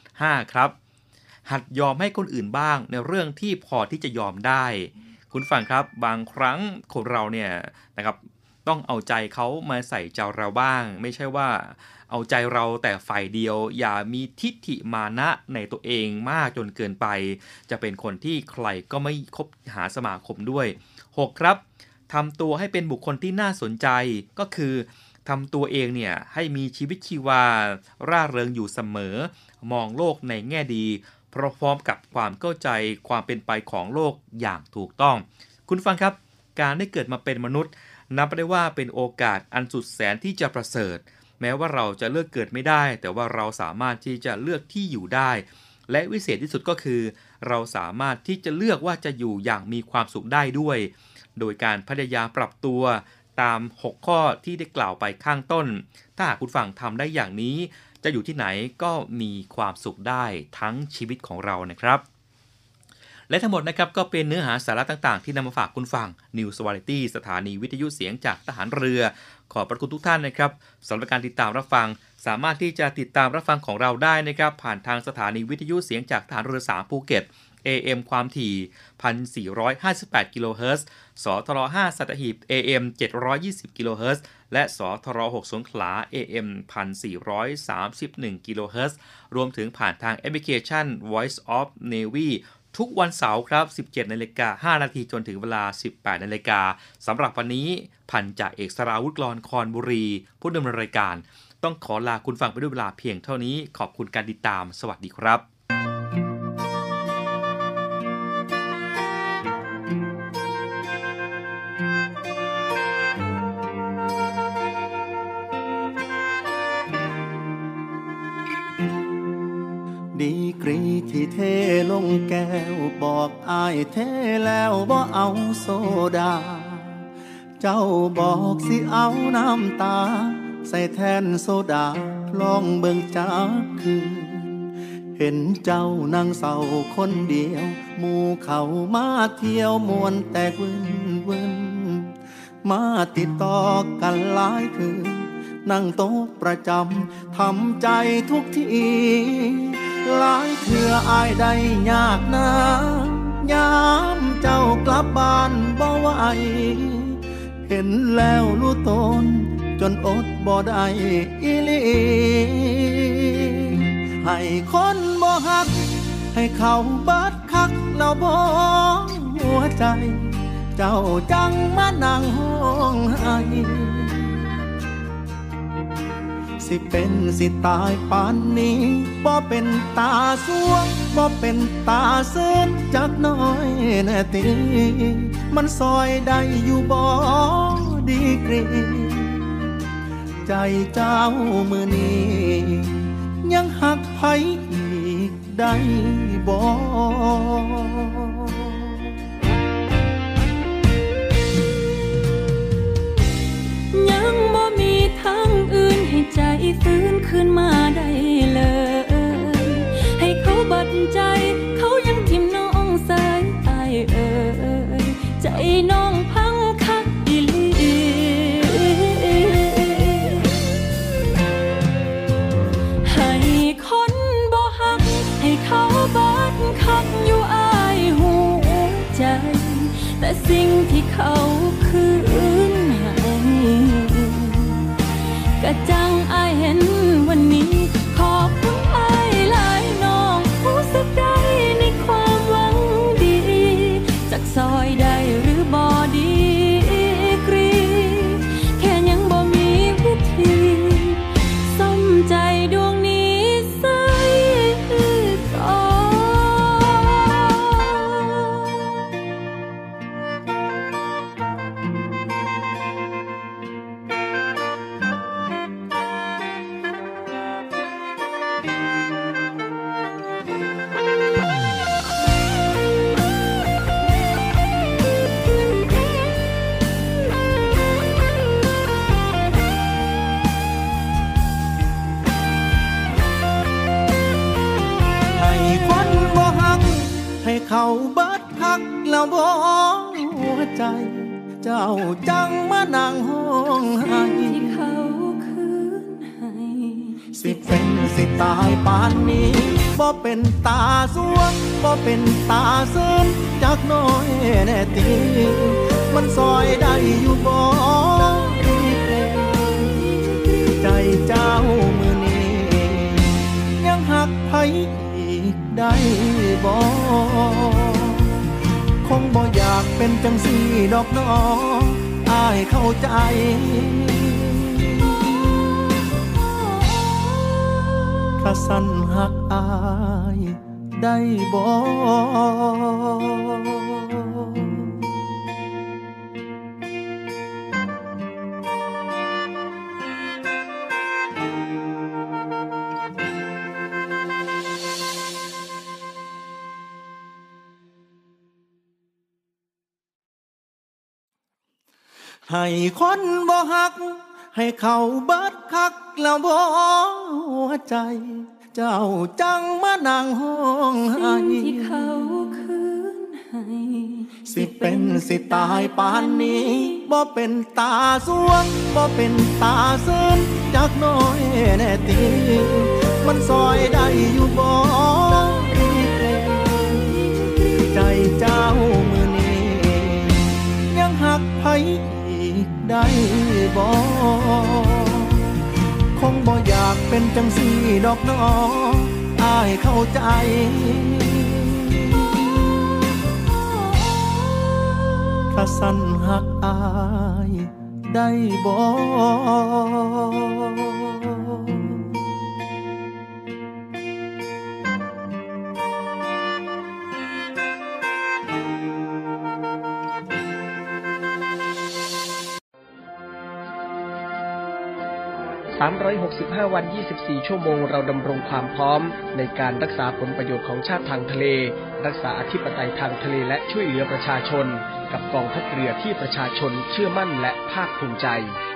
5. ครับหัดยอมให้คนอื่นบ้างในเรื่องที่พอที่จะยอมได้คุณฟังครับบางครั้งคนเราเนี่ยนะครับต้องเอาใจเขามาใส่ใจเราบ้างไม่ใช่ว่าเอาใจเราแต่ฝ่ายเดียวอย่ามีทิฐิมานะในตัวเองมากจนเกินไปจะเป็นคนที่ใครก็ไม่คบหาสมาคมด้วย 6. ครับทำตัวให้เป็นบุคคลที่น่าสนใจก็คือทำตัวเองเนี่ยให้มีชีวิตชีวาร่าเริงอยู่เสมอมองโลกในแง่ดีพร้อมกับความเข้าใจความเป็นไปของโลกอย่างถูกต้องคุณฟังครับการได้เกิดมาเป็นมนุษย์นับได้ว่าเป็นโอกาสอันสุดแสนที่จะประเสริฐแม้ว่าเราจะเลือกเกิดไม่ได้แต่ว่าเราสามารถที่จะเลือกที่อยู่ได้และวิเศษที่สุดก็คือเราสามารถที่จะเลือกว่าจะอยู่อย่างมีความสุขได้ด้วยโดยการพยายามปรับตัวตาม6ข้อที่ได้กล่าวไปข้างต้นถ้าหากคุณฟังทำได้อย่างนี้จะอยู่ที่ไหนก็มีความสุขได้ทั้งชีวิตของเรานะครับและทั้งหมดนะครับก็เป็นเนื้อหาสาระต่างๆที่นำมาฝากคุณฟัง News Variety สถานีวิทยุเสียงจากทหารเรือขอบพระคุณทุกท่านนะครับสำหรับการติดตามรับฟังสามารถที่จะติดตามรับฟังของเราได้นะครับผ่านทางสถานีวิทยุเสียงจากทหารเรือ3ภูเก็ต AM ความถี่ 1,458 กิโลเฮิรตซ์สทร5สัตหีบ AM 720 กิโลเฮิรตซ์และสทร6สงขลา AM 1,431 กิโลเฮิรตซ์รวมถึงผ่านทางแอปพลิเคชัน Voice of Navyทุกวันเสาร์ครับ 17:05 น.จนถึงเวลา 18:00 น.สำหรับวันนี้พันจ่าเอกสราวุธกลอนคอนบุรีผู้ดำเนินรายการต้องขอลาคุณฟังไปด้วยเวลาเพียงเท่านี้ขอบคุณการติดตามสวัสดีครับดีกรีที่เทลงแก้วบอกอายเทแล้วบ่เอาโซดาเจ้าบอกสิเอาน้ำตาใส่แทนโซดาลองเบิ่งจักคืนเห็นเจ้านั่งเศร้าคนเดียวหมู่เขามาเที่ยวมวนแตกวินมาติดต่อกันหลายคืนนั่งโต๊ะประจำทำใจทุกทีหลายเทื่ออายได้ยากนะยามเจ้ากลับบ้านบ่ไหวเห็นแล้วรู้ตนจนอดบ่ได้อีหลีให้คนบ่ฮักให้เขาบัดคักแล้วบ่หัวใจเจ้าจังมานั่งห้องไห้สิเป็นสิตายปานนี้บ่เป็นตาสวงบ่เป็นตาเสือนจักน้อยแน่ติมันซอยได้อยู่บ่ดีกรีใจเจ้ามือนี้ยังหักไผอีกได้บ่ยังบ่มีทางอื่นให้ใจฟื้นขึ้นมาได้เลยให้เขาบัดใจเขายังทิ่มน้องสายตายใจน้องพังคักอีหลีให้คนบ่ฮักให้เขาบัดคักอยู่อายหูใจแต่สิ่งที่เขาคืนให้กะจังอายเห็นวันนี้ขอบคุณอายหลายน้องรู้สึกได้ในความหวังดีจากซอยได้หรือบ่ดีกรีแค่ยังบ่มีวิธีซ่อมใจดวงนี้ใส่ก่อนให้เขาเบิดคักแล้วบ่หัวใจเจ้าจังมานั่งห้องให้ที่เขาคืนให้สิเป็นสิตายปานนี้บ่เป็นตาสวงบ่เป็นตาซึ้งจักน้อยแน่ตีมันซอยได้อยู่บ่ใจเจ้ามือนี้ยังหักไผอีกได้บ่คงบ่อยากเป็นจังซี่ดอกน้องอ้ายเข้าใจถ้าสั่นหักอ้ายได้บ่ ให้คนบ่ฮักให้เขาเบิดคักแล้วบ่หัวใจเจ้าจังมานั่งห้องให้สิ่งที่เขาคืนให้สิเป็นสิตายปานนี้บ่เป็นตาสวงบ่เป็นตาซึ้งจักน้อยแน่ตีมันซอยได้อยู่บ่ใจเจ้ามือนี้ยังหักไผได้บ่คงบ่อยากเป็นจังซี่ดอกน้องอ้ายเข้าใจถ้าสั่นหักอ้ายได้บ่ 365 วัน 24 ชั่วโมงเราดำรงความพร้อมในการรักษาผลประโยชน์ของชาติทางทะเลรักษาอธิปไตยทางทะเลและช่วยเหลือประชาชนกับกองทัพเรือที่ประชาชนเชื่อมั่นและภาคภูมิใจ